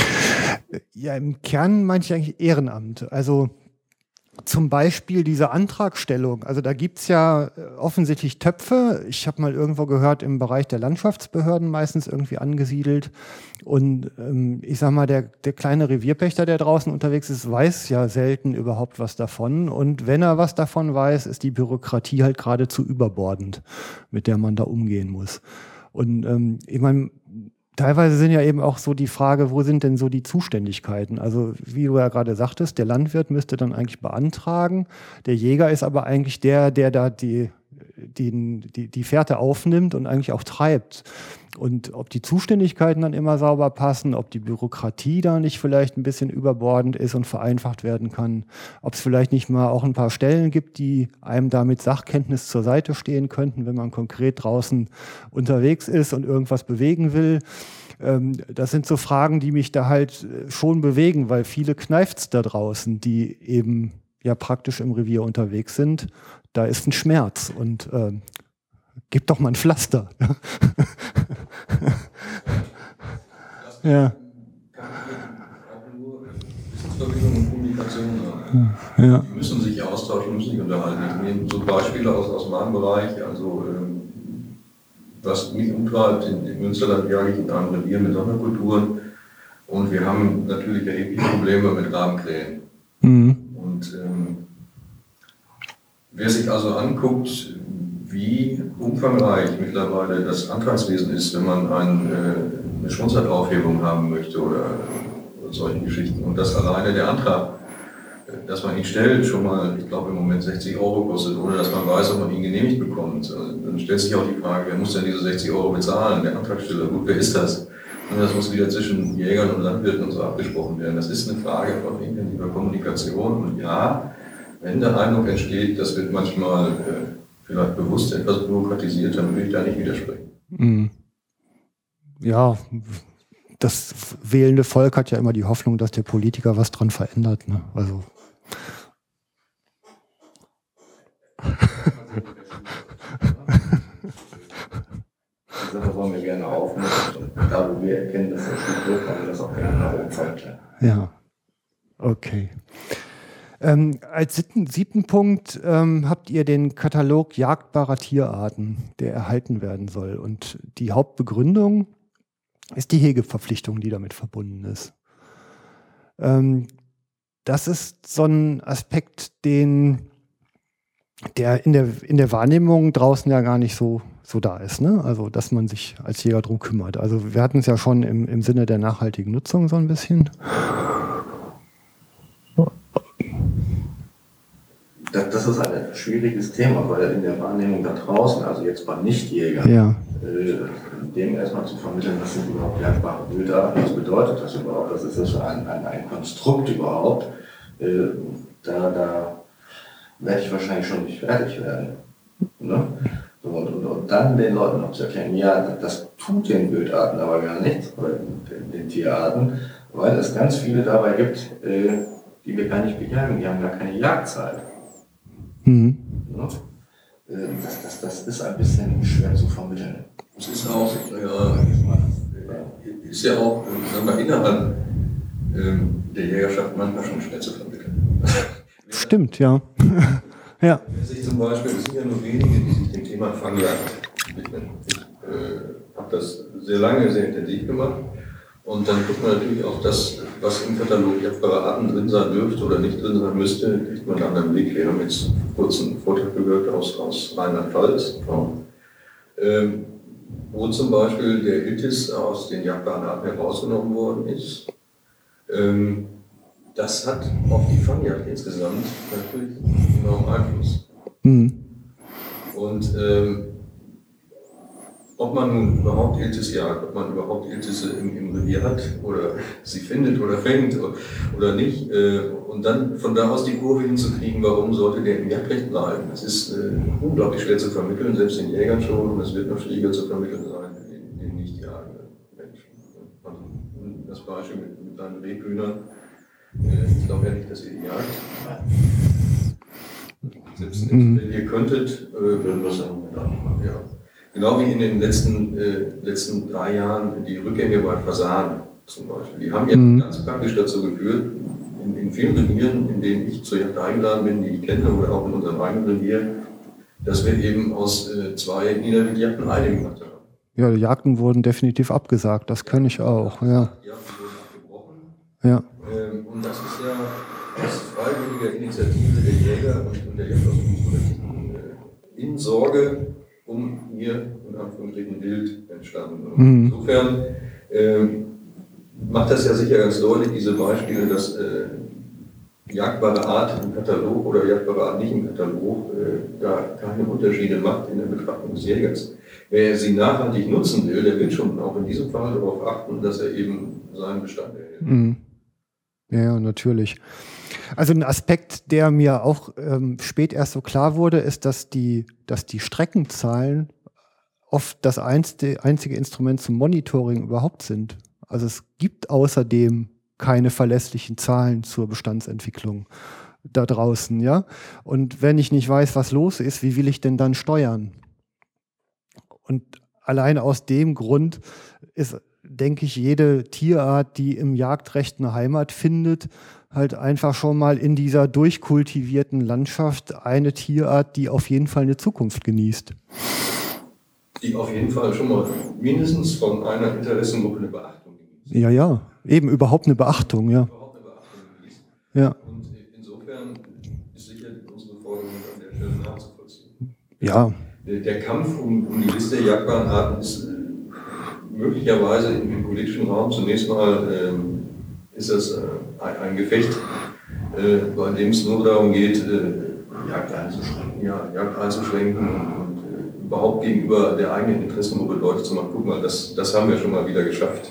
Speaker 1: Ja, im Kern meine ich eigentlich Ehrenamt. Also zum Beispiel diese Antragstellung, also da gibt es ja offensichtlich Töpfe, ich habe mal irgendwo gehört, im Bereich der Landschaftsbehörden meistens irgendwie angesiedelt und ähm, ich sag mal, der, der kleine Revierpächter, der draußen unterwegs ist, weiß ja selten überhaupt was davon und wenn er was davon weiß, ist die Bürokratie halt geradezu überbordend, mit der man da umgehen muss. Und ähm, ich meine, teilweise sind ja eben auch so die Frage, wo sind denn so die Zuständigkeiten? Also wie du ja gerade sagtest, der Landwirt müsste dann eigentlich beantragen. Der Jäger ist aber eigentlich der, der da die, die, die, die Fährte aufnimmt und eigentlich auch treibt. Und ob die Zuständigkeiten dann immer sauber passen, ob die Bürokratie da nicht vielleicht ein bisschen überbordend ist und vereinfacht werden kann, ob es vielleicht nicht mal auch ein paar Stellen gibt, die einem da mit Sachkenntnis zur Seite stehen könnten, wenn man konkret draußen unterwegs ist und irgendwas bewegen will. Ähm, das sind so Fragen, die mich da halt schon bewegen, weil viele kneift's da draußen, die eben ja praktisch im Revier unterwegs sind. Da ist ein Schmerz und ähm, gib doch mal ein Pflaster. Ja.
Speaker 3: Wissensvermittlung und Kommunikation haben. Ja. Die müssen sich austauschen, müssen sich unterhalten. Ich nehme so Beispiele aus, aus meinem Bereich. Also ähm, was mich umtreibt. In, in Münsterland jage ich in einem Revier mit Sonderkulturen und wir haben natürlich erhebliche Probleme mit Rabenkrähen. Mhm. Und ähm, wer sich also anguckt, wie umfangreich mittlerweile das Antragswesen ist, wenn man ein, äh, eine Schwunzertaufhebung haben möchte oder, oder solche Geschichten. Und das alleine der Antrag, dass man ihn stellt, schon mal, ich glaube im Moment sechzig Euro kostet, ohne dass man weiß, ob man ihn genehmigt bekommt. Also, dann stellt sich auch die Frage, wer muss denn diese sechzig Euro bezahlen? Der Antragsteller, gut, wer ist das? Und das muss wieder zwischen Jägern und Landwirten und so abgesprochen werden. Das ist eine Frage von intensiver Kommunikation. Und ja, wenn der Eindruck entsteht, das wird manchmal äh, vielleicht bewusst etwas bürokratisiert, dann würde ich da nicht widersprechen.
Speaker 1: Mhm. Ja, das wählende Volk hat ja immer die Hoffnung, dass der Politiker was dran verändert. Ne? Also
Speaker 2: Die Sache wollen wir gerne aufnehmen und da, wo wir erkennen, dass das nicht wird, wollen wir das auch gerne nach oben verklären.
Speaker 1: Ja, okay. Ähm, als siebten, siebten Punkt ähm, habt ihr den Katalog jagdbarer Tierarten, der erhalten werden soll. Und die Hauptbegründung ist die Hegeverpflichtung, die damit verbunden ist. Ähm, das ist so ein Aspekt, den der in der, in der Wahrnehmung draußen ja gar nicht so, so da ist, ne? Also, dass man sich als Jäger drum kümmert. Also, wir hatten es ja schon im, im Sinne der nachhaltigen Nutzung so ein bisschen.
Speaker 2: Das, das ist ein schwieriges Thema, weil in der Wahrnehmung da draußen, also jetzt bei Nichtjägern,
Speaker 1: ja.
Speaker 2: äh, dem erstmal zu vermitteln, was sind überhaupt jagdbare Wildarten, was bedeutet das überhaupt, was ist das für ein, ein, ein Konstrukt überhaupt, äh, da, da werde ich wahrscheinlich schon nicht fertig werden. Ne? So, und, und, und dann den Leuten noch zu erklären, ja, das, das tut den Wildarten aber gar nichts, oder den, den Tierarten, weil es ganz viele dabei gibt, äh, die wir gar nicht bejagen, die haben gar keine Jagdzeit.
Speaker 1: Mhm.
Speaker 2: Ne? Äh, das, das, das ist ein bisschen schwer zu vermitteln.
Speaker 3: Es ist auch, ja, ist ja auch, sagen wir, innerhalb ähm, der Jägerschaft manchmal schon schwer zu vermitteln.
Speaker 1: Stimmt, ja. Ja.
Speaker 3: Wer sich zum Beispiel, es sind ja nur wenige, die sich dem Thema Fangjagd widmen. Ich äh, habe das sehr lange, sehr intensiv gemacht. Und dann guckt man natürlich auch das, was im Katalog jagdbare Arten drin sein dürfte oder nicht drin sein müsste, kriegt man einen anderen Blick. Wir haben jetzt kurz einen Vortrag gehört aus, aus Rheinland-Pfalz, ähm, wo zum Beispiel der Iltis aus den jagdbaren Arten herausgenommen worden ist. Ähm, das hat auf die Fangjagd insgesamt natürlich enormen Einfluss. Mhm. Und ähm, ob man nun überhaupt Iltis jagt, ob man überhaupt Iltisse im, im Revier hat oder sie findet oder fängt oder nicht, äh, und dann von da aus die Kurve hinzukriegen, warum sollte der im Jagdrecht bleiben. Das ist äh, unglaublich schwer zu vermitteln, selbst den Jägern schon, und es wird noch schwieriger zu vermitteln sein, den, den nicht jagenden Menschen. Also, das Beispiel mit, mit deinen Rebhühnern, äh, ich glaube ja nicht, dass ihr die jagt. Selbst mhm. wenn ihr könntet, äh, würden wir es dann machen, ja. Genau wie in den letzten, äh, letzten drei Jahren die Rückgänge bei Fasanen zum Beispiel. Die haben ja mhm. ganz praktisch dazu geführt, in, in vielen Revieren, in denen ich zur Jagd eingeladen bin, die ich kenne, oder auch in unserem eigenen Revier, dass wir eben aus äh, zwei Niederwildjagden eine gemacht haben.
Speaker 1: Ja, die Jagden wurden definitiv abgesagt, das kann ich auch. Ja.
Speaker 3: Die Jagden wurden abgebrochen.
Speaker 1: Ja.
Speaker 3: Ähm, und das ist ja aus freiwilliger Initiative der Jäger und, und der Jagdausübungsberechtigten äh, in Sorge um ihr, in Anführungsstrichen, Wild entstanden. Mhm. Insofern ähm, macht das ja sicher ganz deutlich, diese Beispiele, dass äh, jagdbare Art im Katalog oder jagdbare Art nicht im Katalog äh, da keine Unterschiede macht in der Betrachtung des Jägers. Wer sie nachhaltig nutzen will, der will schon auch in diesem Fall darauf achten, dass er eben seinen Bestand erhält.
Speaker 1: Mhm. Ja, natürlich. Also ein Aspekt, der mir auch ähm, spät erst so klar wurde, ist, dass die, dass die Streckenzahlen oft das einzige, einzige Instrument zum Monitoring überhaupt sind. Also es gibt außerdem keine verlässlichen Zahlen zur Bestandsentwicklung da draußen, ja. Und wenn ich nicht weiß, was los ist, wie will ich denn dann steuern? Und allein aus dem Grund ist, denke ich, jede Tierart, die im Jagdrecht eine Heimat findet, halt einfach schon mal in dieser durchkultivierten Landschaft eine Tierart, die auf jeden Fall eine Zukunft genießt.
Speaker 3: die auf jeden Fall schon mal mindestens von einer Interessengruppe eine Beachtung genießt.
Speaker 1: Ja, ja, eben überhaupt eine Beachtung, ja.
Speaker 3: Überhaupt eine Beachtung genießt.
Speaker 1: Ja.
Speaker 3: Und insofern ist sicher unsere Forderung an der Stelle nachzuvollziehen.
Speaker 1: Ja.
Speaker 3: Der Kampf um, um die Liste der jagdbaren Arten ist äh, möglicherweise im, im politischen Raum zunächst mal ähm, ist das äh, ein, ein Gefecht, äh, bei dem es nur darum geht, äh, Jagd einzuschränken, ja, Jagd einzuschränken und, und äh, überhaupt gegenüber der eigenen Interessengruppe deutlich zu machen, guck mal, das, das haben wir schon mal wieder geschafft.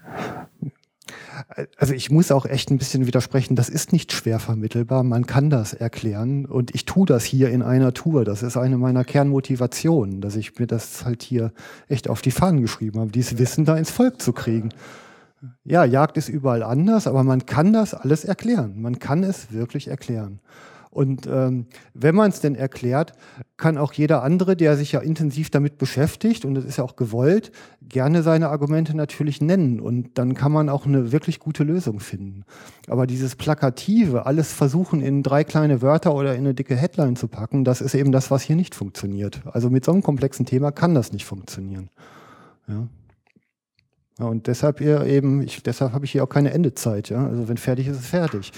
Speaker 1: Also ich muss auch echt ein bisschen widersprechen, das ist nicht schwer vermittelbar, man kann das erklären und ich tue das hier in einer Tour, das ist eine meiner Kernmotivationen, dass ich mir das halt hier echt auf die Fahnen geschrieben habe, dieses Wissen da ins Volk zu kriegen. Ja, Jagd ist überall anders, aber man kann das alles erklären, man kann es wirklich erklären. Und ähm, wenn man es denn erklärt, kann auch jeder andere, der sich ja intensiv damit beschäftigt, und das ist ja auch gewollt, gerne seine Argumente natürlich nennen. Und dann kann man auch eine wirklich gute Lösung finden. Aber dieses Plakative, alles versuchen in drei kleine Wörter oder in eine dicke Headline zu packen, das ist eben das, was hier nicht funktioniert. Also mit so einem komplexen Thema kann das nicht funktionieren. Ja. Ja, und deshalb hier eben, ich, deshalb habe ich hier auch keine Endezeit. Ja? Also wenn fertig ist, ist es fertig.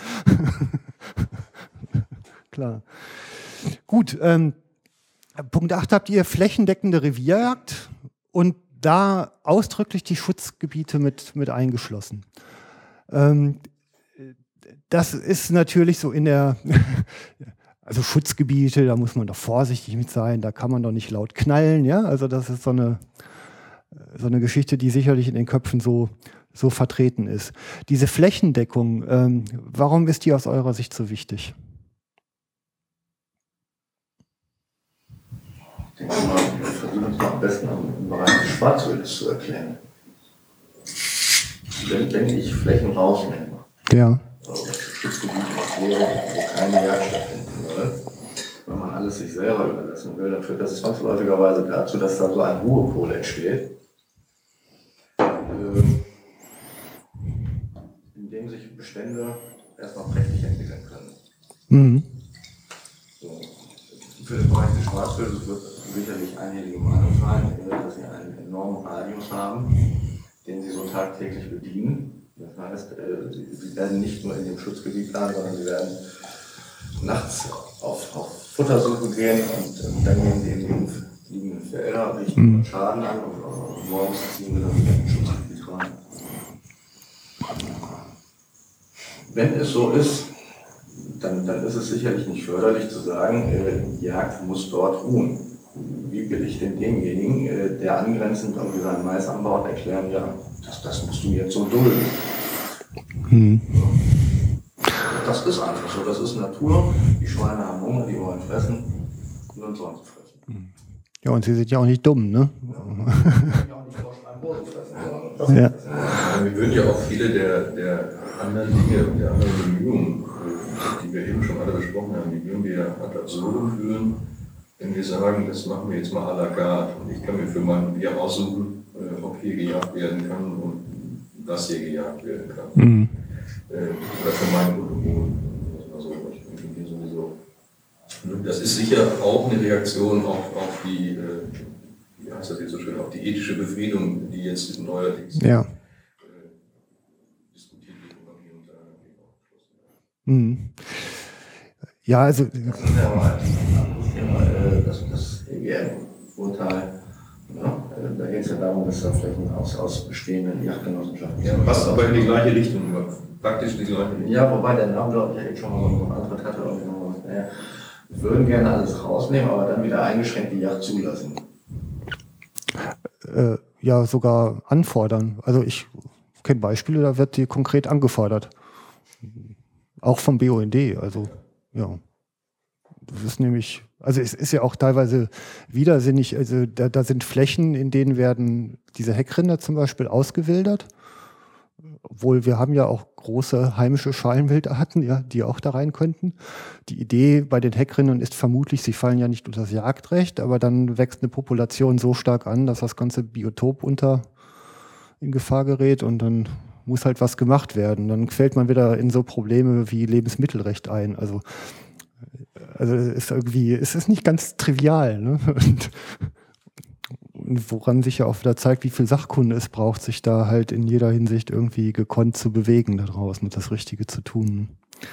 Speaker 1: Klar. Gut, ähm, Punkt acht habt ihr flächendeckende Revierjagd und da ausdrücklich die Schutzgebiete mit, mit eingeschlossen. Ähm, das ist natürlich so in der, also Schutzgebiete, da muss man doch vorsichtig mit sein, da kann man doch nicht laut knallen, ja, also das ist so eine, so eine Geschichte, die sicherlich in den Köpfen so, so vertreten ist. Diese Flächendeckung, ähm, warum ist die aus eurer Sicht so wichtig?
Speaker 2: Ich denke mal, wir versuchen es mal am besten im Bereich des Schwarzwildes zu erklären. Wenn, wenn ich Flächen rausnehme,
Speaker 1: ja.
Speaker 2: also Schutzgebiete wäre, wo keine Jagd stattfinden würde, wenn man alles sich selber überlassen will, dann führt das zwangsläufigerweise dazu, dass da so ein Ruhepol entsteht, in dem sich Bestände erstmal prächtig entwickeln können.
Speaker 1: Mhm.
Speaker 2: So. Für den Bereich des Schwarzwildes wird sicherlich einhellige Meinung sein, dass sie einen enormen Radius haben, den sie so tagtäglich bedienen. Das heißt, sie werden nicht nur in dem Schutzgebiet bleiben, sondern sie werden nachts auf, auf Futtersuche gehen und dann gehen sie in die liegenden Felder, richten mhm. Schaden an und morgens ziehen wir dann wieder in das Schutzgebiet rein. Wenn es so ist, Dann, dann ist es sicherlich nicht förderlich zu sagen, äh, die Jagd muss dort ruhen. Wie will ich denn demjenigen, äh, der angrenzend an seinen Mais anbaut, erklären, ja, das, das musst du jetzt so dulden. Hm. Das ist einfach so, das ist Natur, die Schweine haben Hunger, die wollen fressen, und dann sollen sie fressen.
Speaker 1: Ja, und sie sind ja auch nicht dumm, ne?
Speaker 2: Ja, auch nicht vorschreiben, wo sie fressen.
Speaker 1: Ja.
Speaker 3: Ja. Wir würden ja auch viele der, der anderen Dinge und der anderen Bemühungen, die wir eben schon alle besprochen haben, die würden wir ad absurdum führen, wenn wir sagen, das machen wir jetzt mal à la carte und ich kann mir für mein Bier aussuchen, ob hier gejagt werden kann und was hier gejagt werden kann. Mhm. Oder für mein Wohl. Also ich denke hier sowieso. Das ist sicher auch eine Reaktion auf, auf die, wie heißt das jetzt so schön, auf die ethische Befriedung, die jetzt neuerdings
Speaker 1: ja. Ja, also.
Speaker 2: Das ist ja mal ein Thema, das, das E G M-Urteil. Ja, da geht es ja darum, dass da Flächen aus, aus bestehenden Jagdgenossenschaften.
Speaker 3: Ja, passt aber in die gleiche Richtung, praktisch die gleiche Richtung.
Speaker 2: Ja, wobei der Name, glaube ich, ja jetzt schon mal so einen Antritt hatte. Naja, wir würden gerne alles rausnehmen, aber dann wieder eingeschränkt die Jagd zulassen.
Speaker 1: Äh, ja, sogar anfordern. Also ich kenne Beispiele, da wird die konkret angefordert. Auch vom B U N D, also ja. Das ist nämlich, also es ist ja auch teilweise widersinnig, also da, da sind Flächen, in denen werden diese Heckrinder zum Beispiel ausgewildert. Obwohl wir haben ja auch große heimische Schalenwildarten, ja, die auch da rein könnten. Die Idee bei den Heckrindern ist vermutlich, sie fallen ja nicht unter das Jagdrecht, aber dann wächst eine Population so stark an, dass das ganze Biotop unter in Gefahr gerät und dann muss halt was gemacht werden. Dann fällt man wieder in so Probleme wie Lebensmittelrecht ein. Also, also es ist irgendwie, es ist nicht ganz trivial. Ne? Und, woran sich ja auch wieder zeigt, wie viel Sachkunde es braucht, sich da halt in jeder Hinsicht irgendwie gekonnt zu bewegen da draußen und das Richtige zu tun.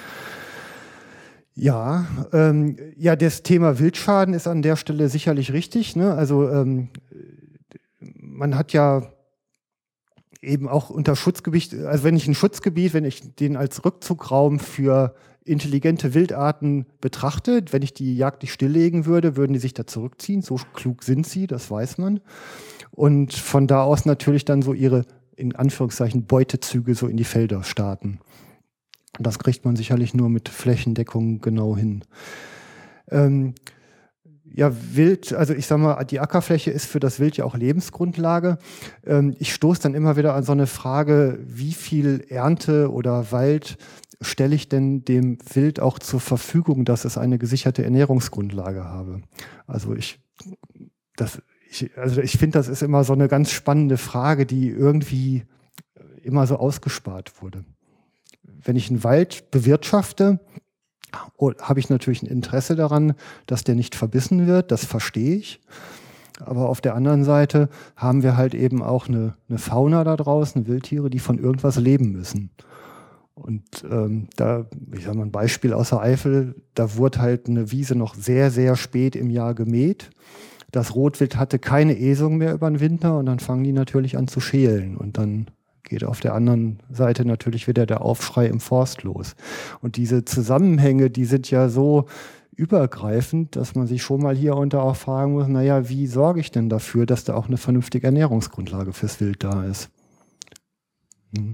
Speaker 1: Ja, ähm, ja, das Thema Wildschaden ist an der Stelle sicherlich richtig, ne? Also ähm, man hat ja eben auch unter Schutzgebiet, also wenn ich ein Schutzgebiet, wenn ich den als Rückzugraum für intelligente Wildarten betrachte, wenn ich die Jagd nicht stilllegen würde, würden die sich da zurückziehen. So klug sind sie, das weiß man. Und von da aus natürlich dann so ihre, in Anführungszeichen, Beutezüge so in die Felder starten. Das kriegt man sicherlich nur mit Flächendeckung genau hin. Ähm, ja, Wild, also ich sag mal, die Ackerfläche ist für das Wild ja auch Lebensgrundlage. Ähm, ich stoße dann immer wieder an so eine Frage, wie viel Ernte oder Wald stelle ich denn dem Wild auch zur Verfügung, dass es eine gesicherte Ernährungsgrundlage habe? Also ich, das, ich, also ich finde, das ist immer so eine ganz spannende Frage, die irgendwie immer so ausgespart wurde. Wenn ich einen Wald bewirtschafte, habe ich natürlich ein Interesse daran, dass der nicht verbissen wird, das verstehe ich. Aber auf der anderen Seite haben wir halt eben auch eine, eine Fauna da draußen, Wildtiere, die von irgendwas leben müssen. Und ähm, da, ich sage mal ein Beispiel aus der Eifel, da wurde halt eine Wiese noch sehr, sehr spät im Jahr gemäht. Das Rotwild hatte keine Esung mehr über den Winter und dann fangen die natürlich an zu schälen. Und dann geht auf der anderen Seite natürlich wieder der Aufschrei im Forst los. Und diese Zusammenhänge, die sind ja so übergreifend, dass man sich schon mal hier unter auch fragen muss, naja, wie sorge ich denn dafür, dass da auch eine vernünftige Ernährungsgrundlage fürs Wild da ist? Hm.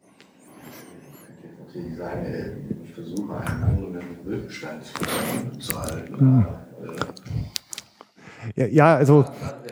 Speaker 2: Ich sage, ich versuche einen anderen Wildbestand zu halten.
Speaker 1: Ja, ja, also.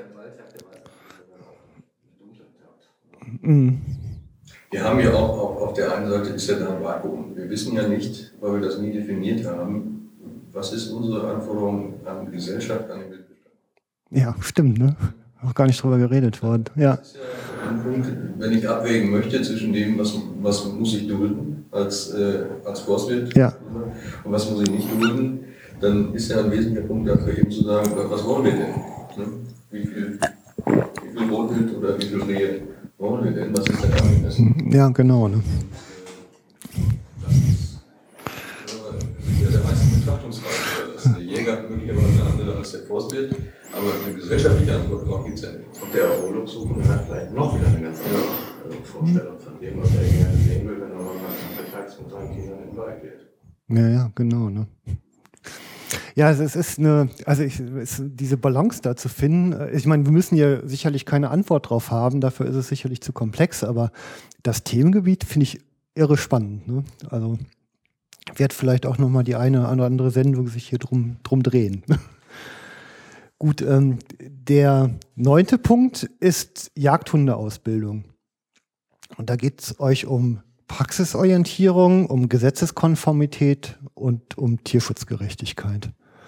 Speaker 3: Wir haben ja auch, auch auf der einen Seite ist ja da ein Vakuum. Wir wissen ja nicht, weil wir das nie definiert haben, was ist unsere Anforderung an die Gesellschaft, an den Wildbestand.
Speaker 1: Ja, stimmt, ne? Auch gar nicht drüber geredet worden. Ja.
Speaker 3: Das ist ja ein Punkt, wenn ich abwägen möchte zwischen dem, was, was muss ich dulden als, äh, als Forstwirt,
Speaker 1: ja,
Speaker 3: und was muss ich nicht dulden, dann ist ja ein wesentlicher Punkt dafür eben zu sagen, was wollen wir denn? Ne? Wie viel, wie viel Rotwild oder wie viel Rehe wollen wir denn? Was ist denn angemessen?
Speaker 1: Ja, genau. Ne?
Speaker 3: Das ist ja der meiste Betrachtungsweise. Das ist der Jäger möglicherweise andere als der Forstwirt, aber eine gesellschaftliche Antwort darauf gibt es ja nicht.
Speaker 2: Und der Erholungssuchende hat vielleicht noch wieder eine ganz andere Vorstellung von dem, was er gerne sehen will, wenn er mal im Vergleich mit seinen Kindern in den Wald geht.
Speaker 1: Ja, ja, genau. Ne? Ja, also es ist eine, also ich, es, diese Balance da zu finden, ich meine, wir müssen ja sicherlich keine Antwort drauf haben, dafür ist es sicherlich zu komplex, aber das Themengebiet finde ich irre spannend. Ne? Also wird vielleicht auch nochmal die eine oder andere Sendung sich hier drum, drum drehen. Gut, ähm, der neunte Punkt ist Jagdhundeausbildung. Und da geht es euch um Praxisorientierung, um Gesetzeskonformität und um Tierschutzgerechtigkeit.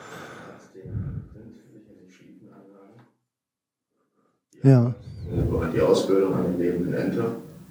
Speaker 1: Ja.
Speaker 2: Die Ausbildung an die lebenden Ente.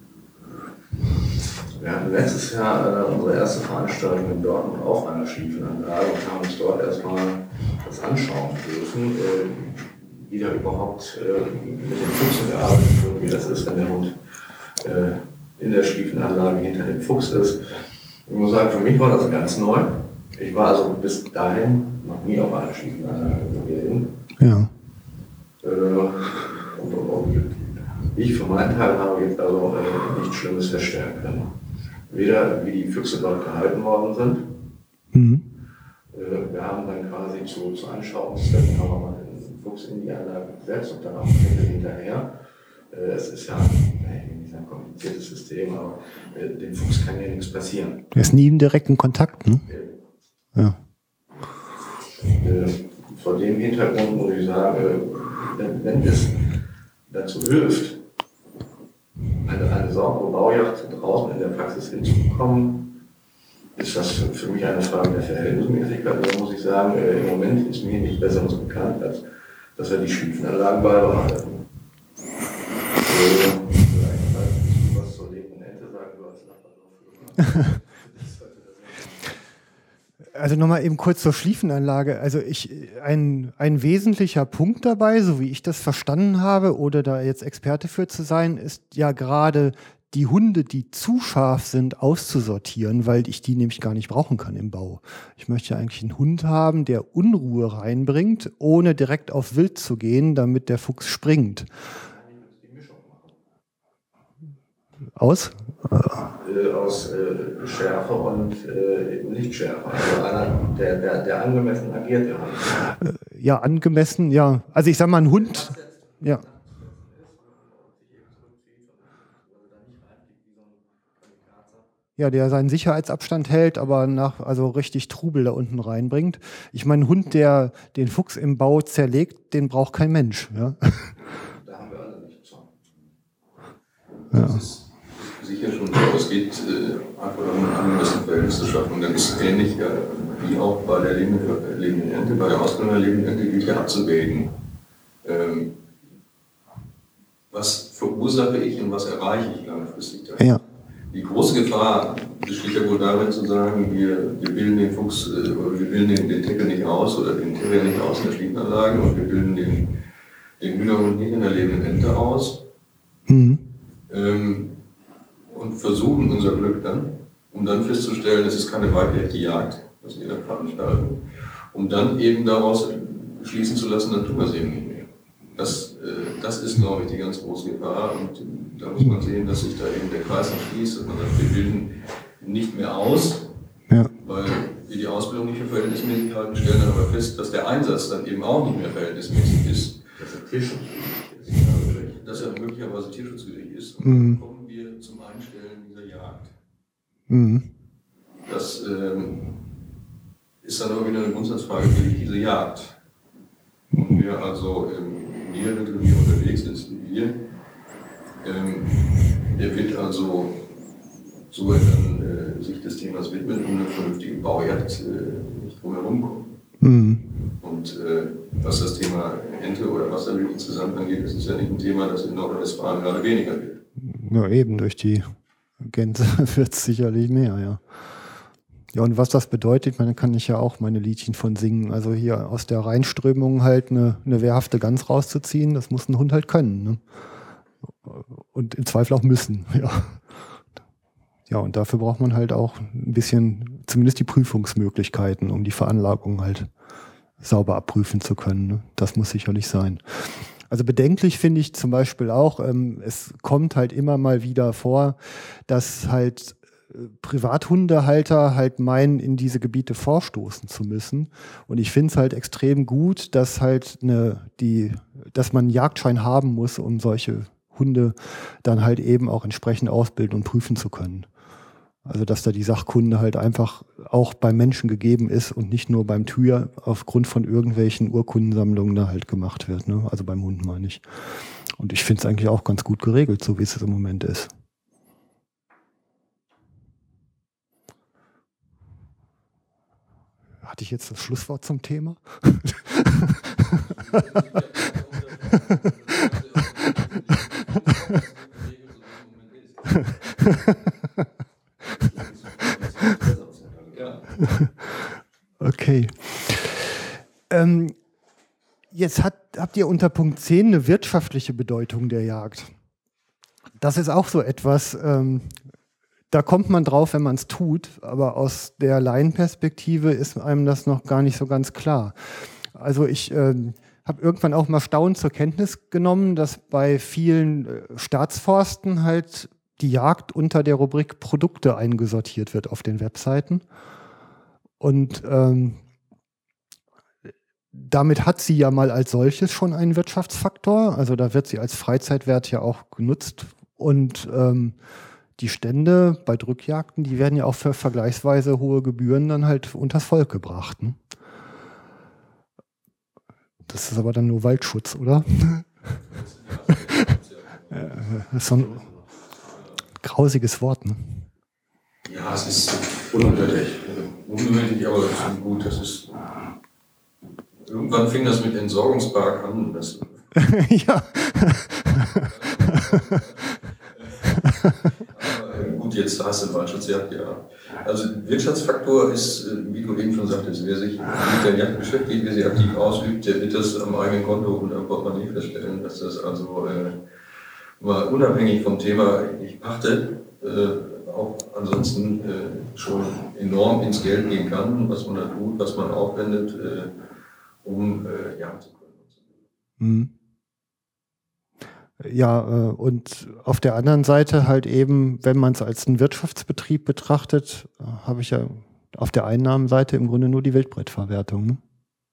Speaker 2: Wir hatten letztes Jahr äh, unsere erste Veranstaltung in Dortmund auf einer Stiefenanlage und haben uns dort erstmal das anschauen dürfen, äh, wie da überhaupt äh, mit den Füchsen gearbeitet wird, wie das ist, wenn der Hund äh, in der Stiefenanlage hinter dem Fuchs ist. Ich muss sagen, für mich war das ganz neu. Ich war also bis dahin noch nie auf einer Stiefenanlage gewesen.
Speaker 1: Ja.
Speaker 2: Äh, und, und, und ich für meinen Teil habe jetzt also äh, nichts Schlimmes feststellen können. Weder wie die Füchse dort gehalten worden sind. Mhm. Äh, wir haben dann quasi zu, zu Anschauungszwecken haben wir mal den Fuchs in die Anlage gesetzt und dann auch hinterher. Äh, es ist ja nicht ein kompliziertes System, aber äh, dem Fuchs kann ja nichts passieren.
Speaker 1: Er ist nie im direkten Kontakt, ne? Äh, ja.
Speaker 2: Äh, vor dem Hintergrund muss ich sagen, äh, wenn, wenn es dazu hilft, eine, eine saubere Baujacht draußen in der Praxis hinzubekommen, ist das für, für mich eine Frage der Verhältnismäßigkeit. Da muss ich sagen, äh, im Moment ist mir nicht Besseres bekannt, als dass wir die Stiefenanlagen beibehalten. Äh, vielleicht mal was zur lebenden Ente sagen, du als Nachbar.
Speaker 1: Also nochmal eben kurz zur Schlieffenanlage. Also ich, ein, ein wesentlicher Punkt dabei, so wie ich das verstanden habe, oder da jetzt Experte für zu sein, ist ja gerade die Hunde, die zu scharf sind, auszusortieren, weil ich die nämlich gar nicht brauchen kann im Bau. Ich möchte eigentlich einen Hund haben, der Unruhe reinbringt, ohne direkt auf Wild zu gehen, damit der Fuchs springt. Aus?
Speaker 2: Äh, aus äh, Schärfe und äh, Lichtschärfe. Also einer, der, der, der angemessen agiert. Ja.
Speaker 1: Äh, ja, angemessen, ja. Also ich sag mal, ein Hund, ja. Ja, der seinen Sicherheitsabstand hält, aber nach, also richtig Trubel da unten reinbringt. Ich meine, ein Hund, der den Fuchs im Bau zerlegt, den braucht kein Mensch. Ja.
Speaker 2: Da haben wir alle nicht zu.
Speaker 3: Ja. Das ist sicher schon so. Es geht äh, einfach darum, ein angemessenes Verhältnis zu schaffen. Und dann ist es ähnlich ja, wie auch bei der lebenden, lebenden Ente, bei der Ausbildung der lebenden Ente gilt ja abzuwägen. Ähm, was verursache ich und was erreiche ich langfristig da?
Speaker 1: Ja.
Speaker 3: Die große Gefahr besteht ja wohl darin zu sagen, wir, wir bilden den Fuchs, äh, oder wir bilden den, den Tackle nicht aus oder den Terrier nicht aus in der Schlieffenanlage und wir bilden den, den Hühnerhund nicht in der lebenden Ente aus.
Speaker 1: Mhm.
Speaker 3: Ähm, und versuchen unser Glück dann, um dann festzustellen, es ist keine waagerechte Jagd, was wir da veranstalten, um dann eben daraus schließen zu lassen, dann tun wir es eben nicht mehr. Das, äh, das ist, glaube ich, die ganz große Gefahr und äh, da muss man sehen, dass sich da eben der Kreis noch schließt, dass man sagt, wir bilden nicht mehr aus, ja. weil wir die Ausbildung nicht für verhältnismäßig halten, stellen dann aber fest, dass der Einsatz dann eben auch nicht mehr verhältnismäßig ist.
Speaker 2: Dass er tierschutzwidrig ist.
Speaker 3: Dass er möglicherweise tierschutzwidrig ist. Und
Speaker 1: mhm.
Speaker 3: dann kommen wir zum Einstellen dieser Jagd.
Speaker 1: Mhm.
Speaker 3: Das ähm, ist dann aber wieder eine Grundsatzfrage, will ich diese Jagd? Und wer also im Näherrevier unterwegs ist, wie wir, ähm, der wird also so dann äh, sich des Themas widmen, um eine vernünftige Baujagd äh, nicht drumherum kommen.
Speaker 1: Mhm.
Speaker 3: Und äh, was das Thema Ente oder Wasserwild insgesamt angeht, ist es ja nicht ein Thema, das in Nordrhein-Westfalen gerade weniger wird.
Speaker 1: Ja, eben, durch die Gänse wird es sicherlich mehr, ja. Ja, und was das bedeutet, man kann ich ja auch meine Liedchen von singen. Also hier aus der Rheinströmung halt eine, eine wehrhafte Gans rauszuziehen, das muss ein Hund halt können. Ne? Und im Zweifel auch müssen, ja. Ja, und dafür braucht man halt auch ein bisschen, zumindest die Prüfungsmöglichkeiten, um die Veranlagung halt sauber abprüfen zu können. Ne? Das muss sicherlich sein. Also bedenklich finde ich zum Beispiel auch, ähm, es kommt halt immer mal wieder vor, dass halt Privathundehalter halt meinen, in diese Gebiete vorstoßen zu müssen. Und ich finde es halt extrem gut, dass halt eine, die, dass man einen Jagdschein haben muss, um solche Hunde dann halt eben auch entsprechend ausbilden und prüfen zu können. Also dass da die Sachkunde halt einfach auch beim Menschen gegeben ist und nicht nur beim Tür aufgrund von irgendwelchen Urkundensammlungen da halt gemacht wird. Ne? Also beim Hund meine ich. Und ich finde es eigentlich auch ganz gut geregelt, so wie es im Moment ist. Hatte ich jetzt das Schlusswort zum Thema? Okay. Ähm, jetzt hat, habt ihr unter Punkt zehn eine wirtschaftliche Bedeutung der Jagd. Das ist auch so etwas, ähm, da kommt man drauf, wenn man es tut, aber aus der Laienperspektive ist einem das noch gar nicht so ganz klar. Also ich äh, habe irgendwann auch mal staunend zur Kenntnis genommen, dass bei vielen äh, Staatsforsten halt die Jagd unter der Rubrik Produkte eingesortiert wird auf den Webseiten. Und ähm, damit hat sie ja mal als solches schon einen Wirtschaftsfaktor. Also da wird sie als Freizeitwert ja auch genutzt. Und ähm, die Stände bei Drückjagden, die werden ja auch für vergleichsweise hohe Gebühren dann halt unters Volk gebracht. Ne? Das ist aber dann nur Waldschutz, oder? Das ist so ein grausiges Wort. Ne?
Speaker 3: Ja, es ist unüberwältig. Unüberwältig, aber gut. Das ist. Irgendwann fing das mit Entsorgungspark an. Das
Speaker 1: ja.
Speaker 3: Aber gut, jetzt hast du Waldschutz, ja. Also Wirtschaftsfaktor ist, wie du eben schon sagtest, wer sich mit der Jagd beschäftigt, wer sie aktiv ausübt, der wird das am eigenen Konto und am Portemonnaie feststellen, dass das also äh, mal unabhängig vom Thema, ich pachte, äh, auch ansonsten äh, schon enorm ins Geld gehen kann, was man da tut, was man aufwendet, äh, um äh, jagen zu können.
Speaker 1: Mhm. Ja, und auf der anderen Seite halt eben, wenn man es als einen Wirtschaftsbetrieb betrachtet, habe ich ja auf der Einnahmenseite im Grunde nur die Wildbretverwertung, ne?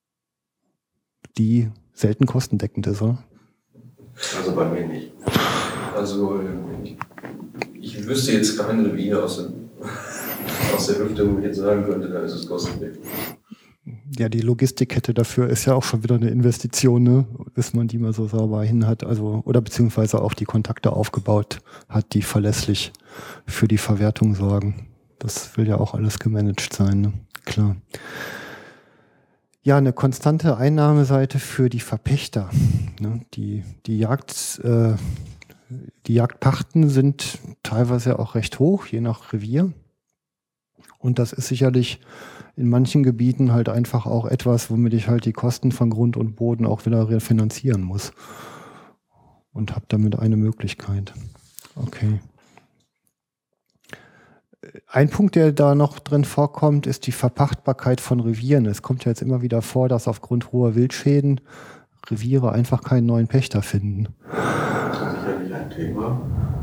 Speaker 1: Die selten kostendeckend ist, oder?
Speaker 3: Also bei mir nicht. Also ich, ich wüsste jetzt kein Revier aus, dem, aus der Hüfte, wo ich jetzt sagen könnte, da ist es kostendeckend.
Speaker 1: Ja, die Logistikkette dafür ist ja auch schon wieder eine Investition, ne? Bis man die mal so sauber hin hat, also oder beziehungsweise auch die Kontakte aufgebaut hat, die verlässlich für die Verwertung sorgen. Das will ja auch alles gemanagt sein, ne? Klar. Ja, eine konstante Einnahmeseite für die Verpächter, ne? Die, die Jagd, äh, die Jagdpachten sind teilweise auch recht hoch, je nach Revier. Und das ist sicherlich in manchen Gebieten halt einfach auch etwas, womit ich halt die Kosten von Grund und Boden auch wieder refinanzieren muss. Und habe damit eine Möglichkeit. Okay. Ein Punkt, der da noch drin vorkommt, ist die Verpachtbarkeit von Revieren. Es kommt ja jetzt immer wieder vor, dass aufgrund hoher Wildschäden Reviere einfach keinen neuen Pächter finden.
Speaker 2: Das ist sicherlich ein Thema.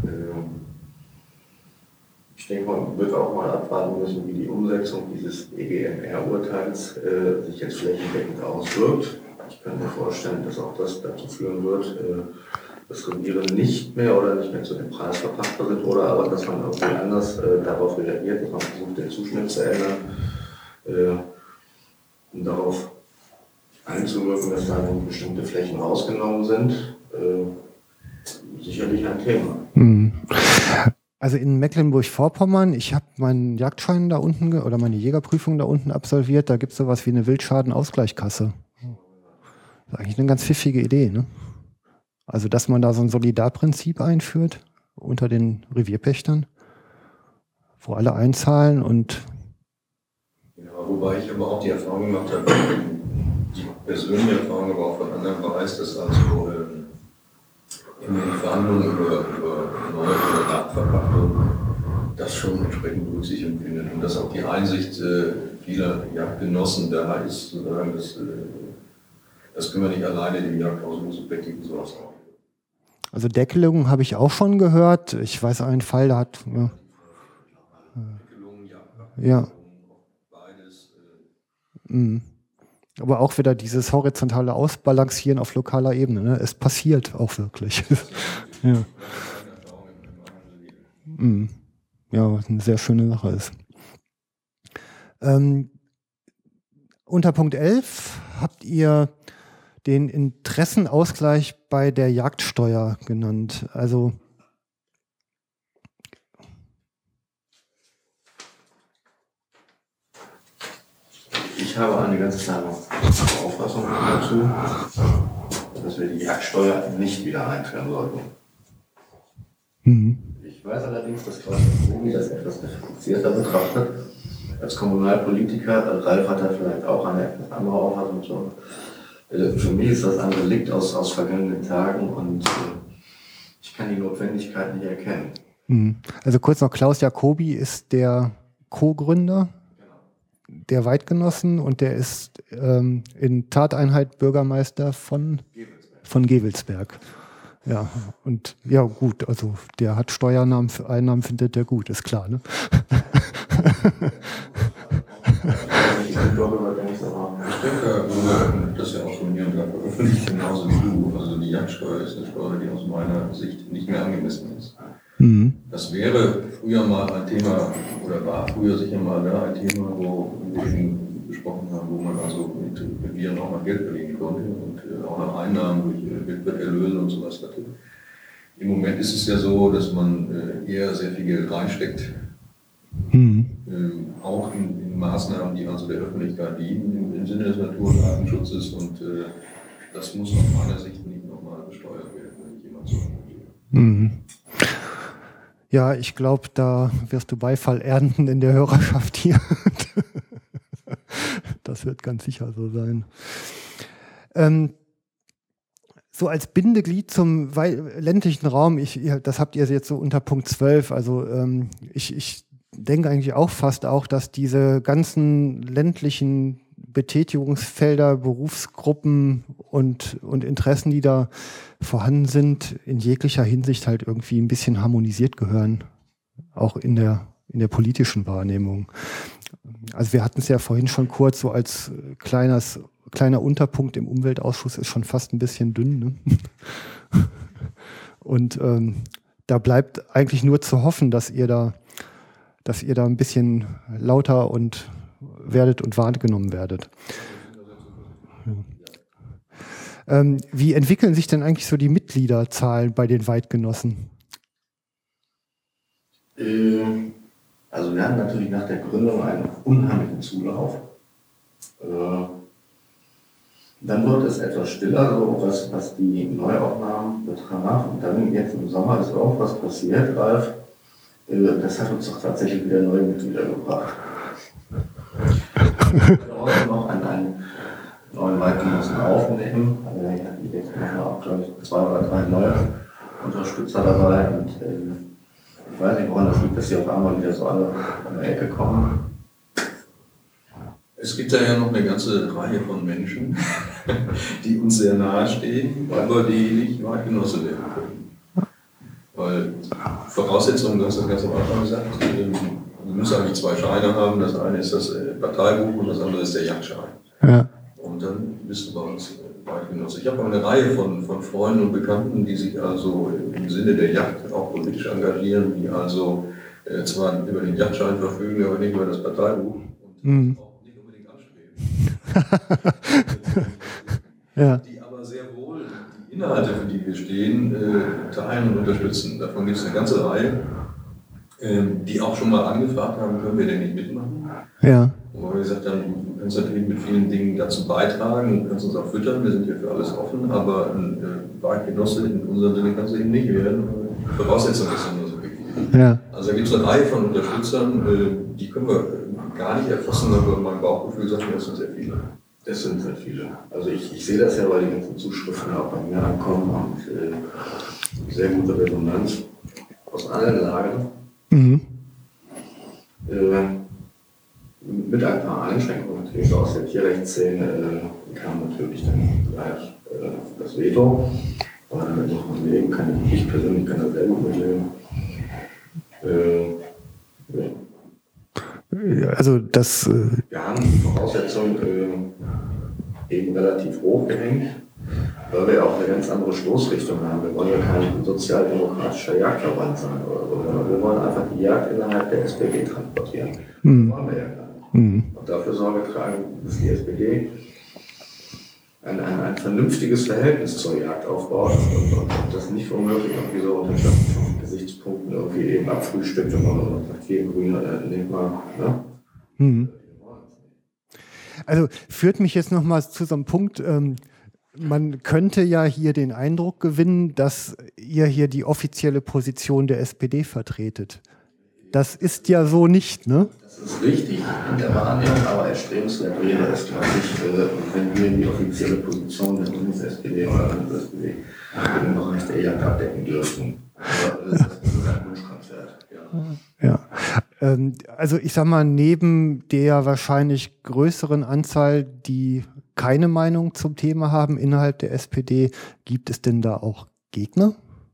Speaker 2: Ich denke, man wird auch mal abwarten müssen, wie die Umsetzung dieses E G M R-Urteils äh, sich jetzt flächendeckend auswirkt. Ich kann mir vorstellen, dass auch das dazu führen wird, äh, dass Reviere nicht mehr oder nicht mehr zu dem Preis verpachtbar sind oder aber, dass man irgendwie anders äh, darauf reagiert, dass man versucht, den Zuschnitt zu ändern, äh, um darauf einzuwirken, dass dann bestimmte Flächen rausgenommen sind. Äh, sicherlich ein Thema.
Speaker 1: Mhm. Also in Mecklenburg-Vorpommern, ich habe meinen Jagdschein da unten ge- oder meine Jägerprüfung da unten absolviert, da gibt es sowas wie eine Wildschadenausgleichskasse. Das ist eigentlich eine ganz pfiffige Idee, ne? Also dass man da so ein Solidarprinzip einführt unter den Revierpächtern, wo alle einzahlen und...
Speaker 3: Ja, wobei ich aber auch die Erfahrung gemacht habe, die persönliche Erfahrung aber auch von anderen weiß, dass also äh, in den Verhandlungen über, über neue oder Jagdverpachtung das schon entsprechend Berücksichtigung findet und dass auch die Einsicht äh, vieler Jagdgenossen da ist, zu sagen, dass, äh, das können wir nicht alleine dem Jagdausübungsberechtigten so ausmachen.
Speaker 1: Also Deckelung habe ich auch schon gehört. Ich weiß einen Fall, da hat... Ja,
Speaker 3: Deckelung, Jagdverpachtung,
Speaker 1: ja.
Speaker 3: beides. Äh,
Speaker 1: Mhm. Aber auch wieder dieses horizontale Ausbalancieren auf lokaler Ebene. Ne? Es passiert auch wirklich. Ja. Mhm. Ja, was eine sehr schöne Sache ist. Ähm, unter Punkt elf habt ihr den Interessenausgleich bei der Jagdsteuer genannt. Also
Speaker 2: Ich habe eine ganz klare Auffassung dazu, dass wir die Jagdsteuer nicht wieder einführen sollten.
Speaker 1: mhm.
Speaker 2: Ich weiß allerdings, dass Klaus Kobi das etwas differenzierter betrachtet. Als Kommunalpolitiker, Ralf hat da vielleicht auch eine etwas andere Auffassung. So. Für mich ist das ein Relikt aus, aus vergangenen Tagen und ich kann die Notwendigkeit nicht erkennen.
Speaker 1: Mhm. Also kurz noch, Klaus Jacobi ist der Co-Gründer der Weidgenossen und der ist ähm, in Tateinheit Bürgermeister von Gewelsberg. von Gewelsberg. Ja, und ja gut, also der hat Steuereinnahmen, Einnahmen findet der gut, ist klar, ne?
Speaker 3: Ich denke, das ist ja auch schon hier und da veröffentlicht, genauso wie du. Also die Jagdsteuer ist eine Steuer, die aus meiner Sicht nicht mehr angemessen ist. Mhm. Das wäre früher mal ein Thema, oder war früher sicher mal da ein Thema, wo wir eben besprochen haben, wo man also mit Revieren auch mal Geld verdienen konnte und äh, auch noch Einnahmen durch äh, Wildbretterlöse und sowas hatte. Im Moment ist es ja so, dass man äh, eher sehr viel Geld reinsteckt, mhm. ähm, auch in, in Maßnahmen, die also der Öffentlichkeit dienen, im, im Sinne des Natur- und Artenschutzes und äh, das muss aus meiner Sicht nicht nochmal besteuert werden, wenn ich jemand so.
Speaker 1: Mhm. Ja, ich glaube, da wirst du Beifall ernten in der Hörerschaft hier. Das wird ganz sicher so sein. Ähm, so als Bindeglied zum ländlichen Raum, ich, das habt ihr jetzt so unter Punkt zwölf, also ähm, ich, ich denke eigentlich auch fast auch, dass diese ganzen ländlichen Betätigungsfelder, Berufsgruppen und, und Interessen, die da vorhanden sind, in jeglicher Hinsicht halt irgendwie ein bisschen harmonisiert gehören, auch in der, in der politischen Wahrnehmung. Also wir hatten es ja vorhin schon kurz, so als kleines, kleiner Unterpunkt im Umweltausschuss ist schon fast ein bisschen dünn. Ne? Und ähm, da bleibt eigentlich nur zu hoffen, dass ihr da, dass ihr da ein bisschen lauter und werdet und wahrgenommen werdet. Ja. Ähm, wie entwickeln sich denn eigentlich so die Mitgliederzahlen bei den Weidgenossen?
Speaker 2: Ähm, also wir hatten natürlich nach der Gründung einen unheimlichen Zulauf. Äh, dann wird es etwas stiller, so was, was die Neuaufnahmen betraf. Und dann jetzt im Sommer ist auch was passiert, Ralf. Äh, das hat uns doch tatsächlich wieder neue Mitglieder gebracht. Ich werde heute noch an einen neuen Weidgenossen aufnehmen. Also ich hatte jetzt auch, glaube ich, zwei oder drei neue Unterstützer dabei. Und äh, ich weiß nicht, woran das liegt, dass sie auf einmal wieder so alle an der Ecke kommen.
Speaker 3: Es gibt da ja noch eine ganze Reihe von Menschen, die uns sehr nahe stehen, aber die nicht Weidgenosse werden können. Weil Voraussetzungen, du hast das ganz am Anfang gesagt, wir müssen eigentlich zwei Scheine haben. Das eine ist das Parteibuch und das andere ist der Jagdschein. Ja. Und dann bist du bei uns Weidgenosse. Ich habe auch eine Reihe von, von Freunden und Bekannten, die sich also im Sinne der Jagd auch politisch engagieren, die also äh, zwar über den Jagdschein verfügen, aber nicht über das Parteibuch und mhm. auch nicht unbedingt anstreben. Ja. Die aber sehr wohl die Inhalte, für die wir stehen, äh, teilen und unterstützen. Davon gibt es eine ganze Reihe, äh, die auch schon mal angefragt haben, können wir denn nicht mitmachen? Ja. Wo wir gesagt haben, du kannst natürlich mit vielen Dingen dazu beitragen, du kannst uns auch füttern, wir sind hier für alles offen, aber ein äh, Weidgenosse in unserem Sinne kannst du eben nicht werden. Voraussetzung ist ja nur so wichtig. Ja. Also da gibt es eine Reihe von Unterstützern, äh, die können wir äh, gar nicht erfassen, aber mein Bauchgefühl sagt mir, das sind sehr viele.
Speaker 2: Das sind sehr viele. Also ich, ich sehe das ja, weil die ganzen Zuschriften auch bei mir ankommen und äh, sehr gute Resonanz aus allen Lagern. Mhm. Äh, Mit ein paar Einschränkungen natürlich aus der Tierrechtsszene äh, kam natürlich dann gleich äh, das Veto. Aber damit muss man leben, kann ich, ich persönlich kann das sehr gut mitleben. Äh,
Speaker 1: ja. Also das. Äh
Speaker 2: Wir haben die Voraussetzungen äh, eben relativ hoch gehängt, weil wir auch eine ganz andere Stoßrichtung haben. Wir wollen ja kein sozialdemokratischer Jagdverband sein oder so, sondern wir wollen einfach die Jagd innerhalb der S P D transportieren. Mhm. Das wollen wir ja gar nicht. Mhm. Und dafür Sorge tragen, dass die S P D ein, ein, ein vernünftiges Verhältnis zur Jagd aufbaut und, und, und das nicht womöglich irgendwie so unter Gesichtspunkten irgendwie eben abfrühstückt und man sagt, hier Grüne, äh, nehmt mal. Ne? Mhm.
Speaker 1: Also führt mich jetzt nochmal zu so einem Punkt, ähm, man könnte ja hier den Eindruck gewinnen, dass ihr hier die offizielle Position der S P D vertretet. Das ist ja so nicht, ne?
Speaker 2: Das ist richtig in der Wahrnehmung, aber erstrebenswert wäre es, glaube ich, äh, wenn wir die offizielle Position der Bundes-S P D oder Landes-S P D im Bereich der Jagd abdecken dürften. Aber das ist ein Wunschkonzert. Ja.
Speaker 1: Ja. Ähm, also ich sag mal, neben der wahrscheinlich größeren Anzahl, die keine Meinung zum Thema haben innerhalb der S P D, gibt es denn da auch Gegner?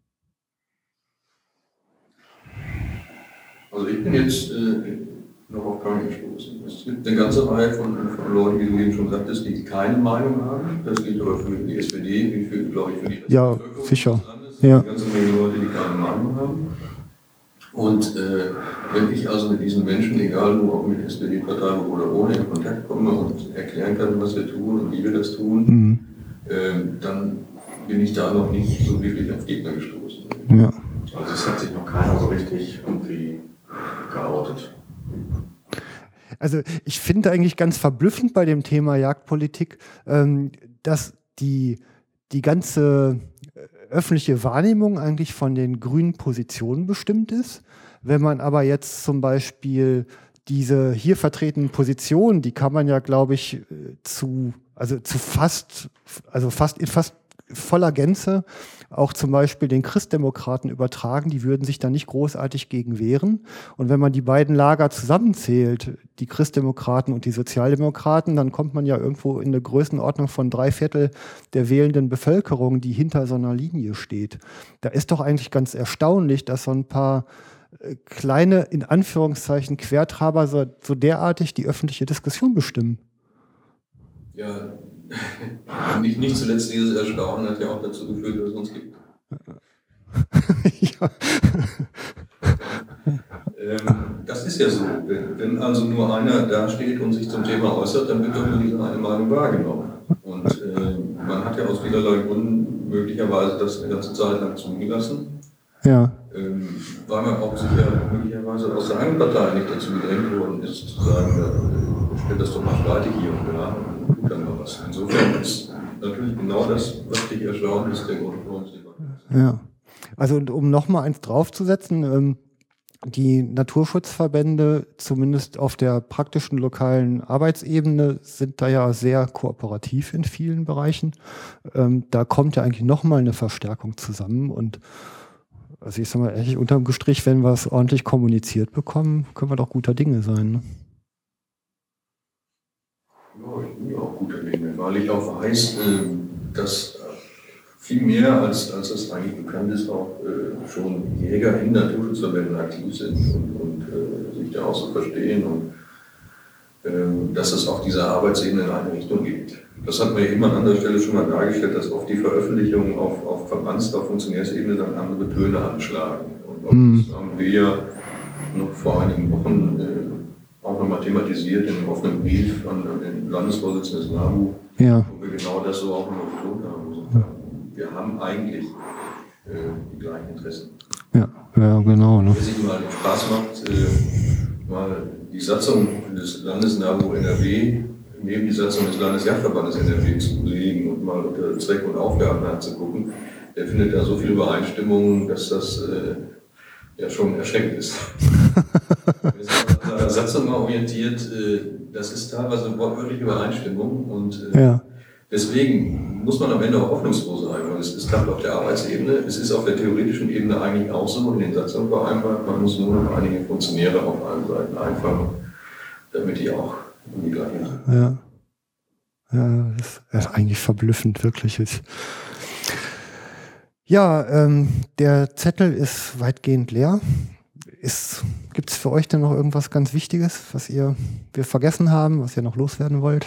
Speaker 3: Also ich bin jetzt äh, noch auf keinen gestoßen. Es gibt eine ganze Reihe von, von Leuten, wie du eben schon sagtest, die keine Meinung haben. Das gilt aber für die S P D, wie für, glaube ich, für die
Speaker 1: ja, sicher.
Speaker 3: des Landes. Ja. Eine ganze Menge Leute, die keine Meinung haben. Und äh, wenn ich also mit diesen Menschen, egal ob mit S P D-Partei oder ohne, in Kontakt komme und erklären kann, was wir tun und wie wir das tun, mhm. äh, dann bin ich da noch nicht so wirklich auf Gegner gestoßen.
Speaker 1: Ja.
Speaker 2: Also es hat sich noch keiner so richtig irgendwie geoutet.
Speaker 1: Also ich finde eigentlich ganz verblüffend bei dem Thema Jagdpolitik, ähm, dass die, die ganze öffentliche Wahrnehmung eigentlich von den grünen Positionen bestimmt ist. Wenn man aber jetzt zum Beispiel diese hier vertretenen Positionen, die kann man ja, glaube ich, zu, also zu fast, also fast in fast voller Gänze auch zum Beispiel den Christdemokraten übertragen, die würden sich da nicht großartig gegen wehren. Und wenn man die beiden Lager zusammenzählt, die Christdemokraten und die Sozialdemokraten, dann kommt man ja irgendwo in eine Größenordnung von drei Viertel der wählenden Bevölkerung, die hinter so einer Linie steht. Da ist doch eigentlich ganz erstaunlich, dass so ein paar kleine, in Anführungszeichen, Quertraber so, so derartig die öffentliche Diskussion bestimmen.
Speaker 3: Ja, nicht, nicht zuletzt dieses Erstaunen hat ja auch dazu geführt, dass es uns gibt. Ja. ähm, das ist ja so. Wenn, wenn also nur einer dasteht und sich zum Thema äußert, dann wird doch nur diese eine Meinung wahrgenommen. Und äh, man hat ja aus vielerlei Gründen möglicherweise das eine ganze Zeit lang zugelassen.
Speaker 1: Ja.
Speaker 3: Ähm, weil man auch sicher möglicherweise aus der eigenen Partei nicht dazu gedrängt worden ist, zu sagen, äh, stellt das doch mal streitig hier und da und tut dann mal was. Insofern ist natürlich genau das, was dich erstaunt, ist der Grund, warum es nicht weiter.
Speaker 1: Ja, also um nochmal eins draufzusetzen, ähm, die Naturschutzverbände, zumindest auf der praktischen lokalen Arbeitsebene, sind da ja sehr kooperativ in vielen Bereichen. Ähm, da kommt ja eigentlich nochmal eine Verstärkung zusammen und also ich sag mal, ehrlich, unterm Strich, wenn wir es ordentlich kommuniziert bekommen, können wir doch guter Dinge sein. Ne?
Speaker 3: Ja, ich bin ja auch guter Dinge, weil ich auch weiß, dass viel mehr, als, als das eigentlich bekannt ist, auch schon Jäger in Naturschutzverbänden aktiv sind und, und äh, sich da auch so verstehen und äh, dass es auch diese Arbeitsebene in eine Richtung gibt. Das hat man ja immer an anderer Stelle schon mal dargestellt, dass oft die Veröffentlichungen auf, auf Verbands-, auf Funktionärsebene dann andere Töne anschlagen. Und
Speaker 1: hm.
Speaker 3: das haben wir ja noch vor einigen Wochen äh, auch nochmal thematisiert in einem offenen Brief an, an den Landesvorsitzenden des NABU,
Speaker 1: ja.
Speaker 3: wo wir genau das so auch nochmal betont haben. Also, wir haben eigentlich äh, die gleichen Interessen.
Speaker 1: Ja, ja genau. Ne?
Speaker 3: Wer sich mal den Spaß macht, äh, mal die Satzung des Landes NABU N R W neben die Satzung des Landesjagdverbandes N R W zu legen und mal unter Zweck und Aufgaben anzugucken, der findet da so viele Übereinstimmungen, dass das äh, ja schon erschreckend ist. Wir sind an der Satzung mal orientiert, äh, das ist teilweise wortwörtliche Übereinstimmung und äh, ja. Deswegen muss man am Ende auch hoffnungsfroh sein, weil es, es klappt auf der Arbeitsebene, es ist auf der theoretischen Ebene eigentlich auch so in den Satzungen vereinbart, man muss nur noch einige Funktionäre auf allen Seiten einfangen, damit die auch in die gleiche sind.
Speaker 1: Ja. Ja, das ist eigentlich verblüffend, wirklich. Ja, ähm, der Zettel ist weitgehend leer. Gibt es für euch denn noch irgendwas ganz Wichtiges, was ihr wir vergessen haben, was ihr noch loswerden wollt?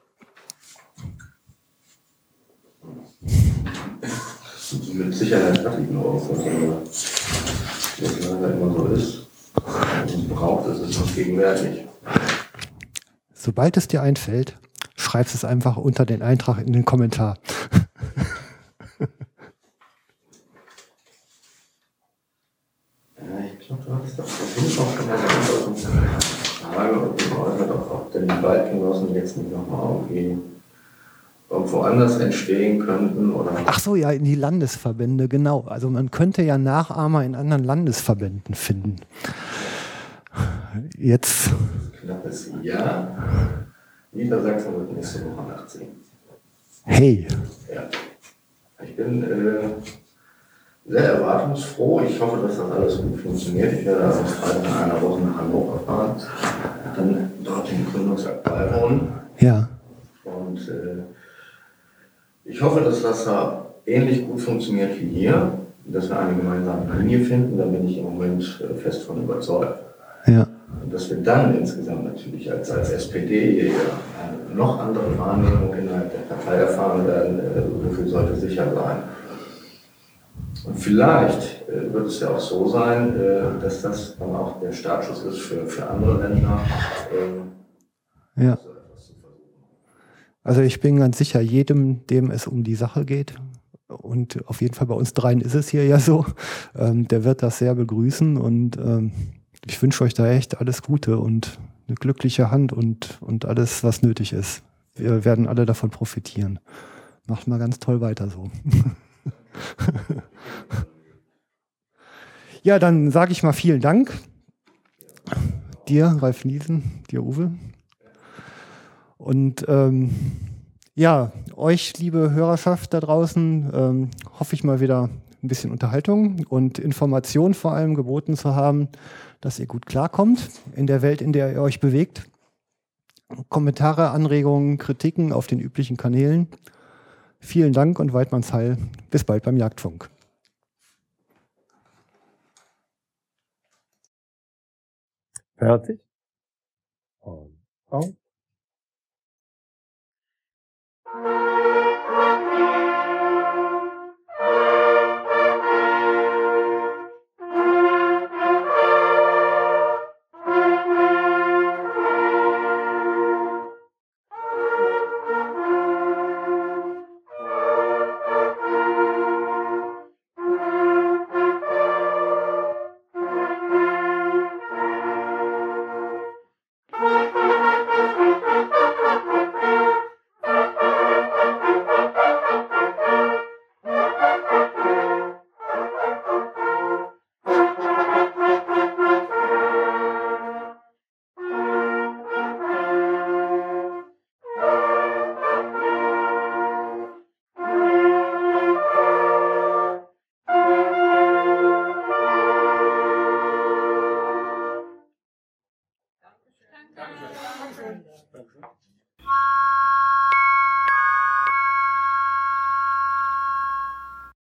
Speaker 2: Mit Sicherheit fertig noch, was leider immer so ist. Und braucht es es noch gegenwärtig.
Speaker 1: Sobald es dir einfällt, schreibst es einfach unter den Eintrag in den Kommentar.
Speaker 2: Ja, ich glaube, du hast das vorhin auch schon mal eine Frage und geäußert, ob denn die Waldgenossen jetzt nicht nochmal irgendwie irgendwo anders entstehen könnten, oder?
Speaker 1: Ach so, ja, in die Landesverbände, genau. Also man könnte ja Nachahmer in anderen Landesverbänden finden. Jetzt.
Speaker 2: Knappes Jahr. Niedersachsen wird nächste Woche nachziehen.
Speaker 1: Hey.
Speaker 2: Ja. Ich bin äh, sehr erwartungsfroh. Ich hoffe, dass das alles gut funktioniert. Ich werde also Freitag in einer Woche nach Hannover fahren, dann dort den Gründungsakt beiwohnen.
Speaker 1: Ja.
Speaker 2: Und äh, ich hoffe, dass das da ähnlich gut funktioniert wie hier, dass wir eine gemeinsame Linie finden. Da bin ich im Moment äh, fest von überzeugt.
Speaker 1: Ja.
Speaker 2: Und dass wir dann insgesamt natürlich als, als S P D eine noch andere Wahrnehmung innerhalb der Partei erfahren werden, äh, so viel sollte sicher sein. Und vielleicht äh, wird es ja auch so sein, äh, dass das dann auch der Startschuss ist für, für andere Länder.
Speaker 1: Äh, ja. Also ich bin ganz sicher, jedem, dem es um die Sache geht, und auf jeden Fall bei uns dreien ist es hier ja so, ähm, der wird das sehr begrüßen und ähm, ich wünsche euch da echt alles Gute und eine glückliche Hand und, und alles, was nötig ist. Wir werden alle davon profitieren. Macht mal ganz toll weiter so. Ja, dann sage ich mal vielen Dank. Dir, Ralf Niesen, dir, Uwe. Und ähm, ja, euch, liebe Hörerschaft da draußen, ähm, hoffe ich mal wieder ein bisschen Unterhaltung und Information vor allem geboten zu haben, dass ihr gut klarkommt in der Welt, in der ihr euch bewegt. Kommentare, Anregungen, Kritiken auf den üblichen Kanälen. Vielen Dank und Weidmanns Heil. Bis bald beim Jagdfunk.
Speaker 4: Fertig? Und aus.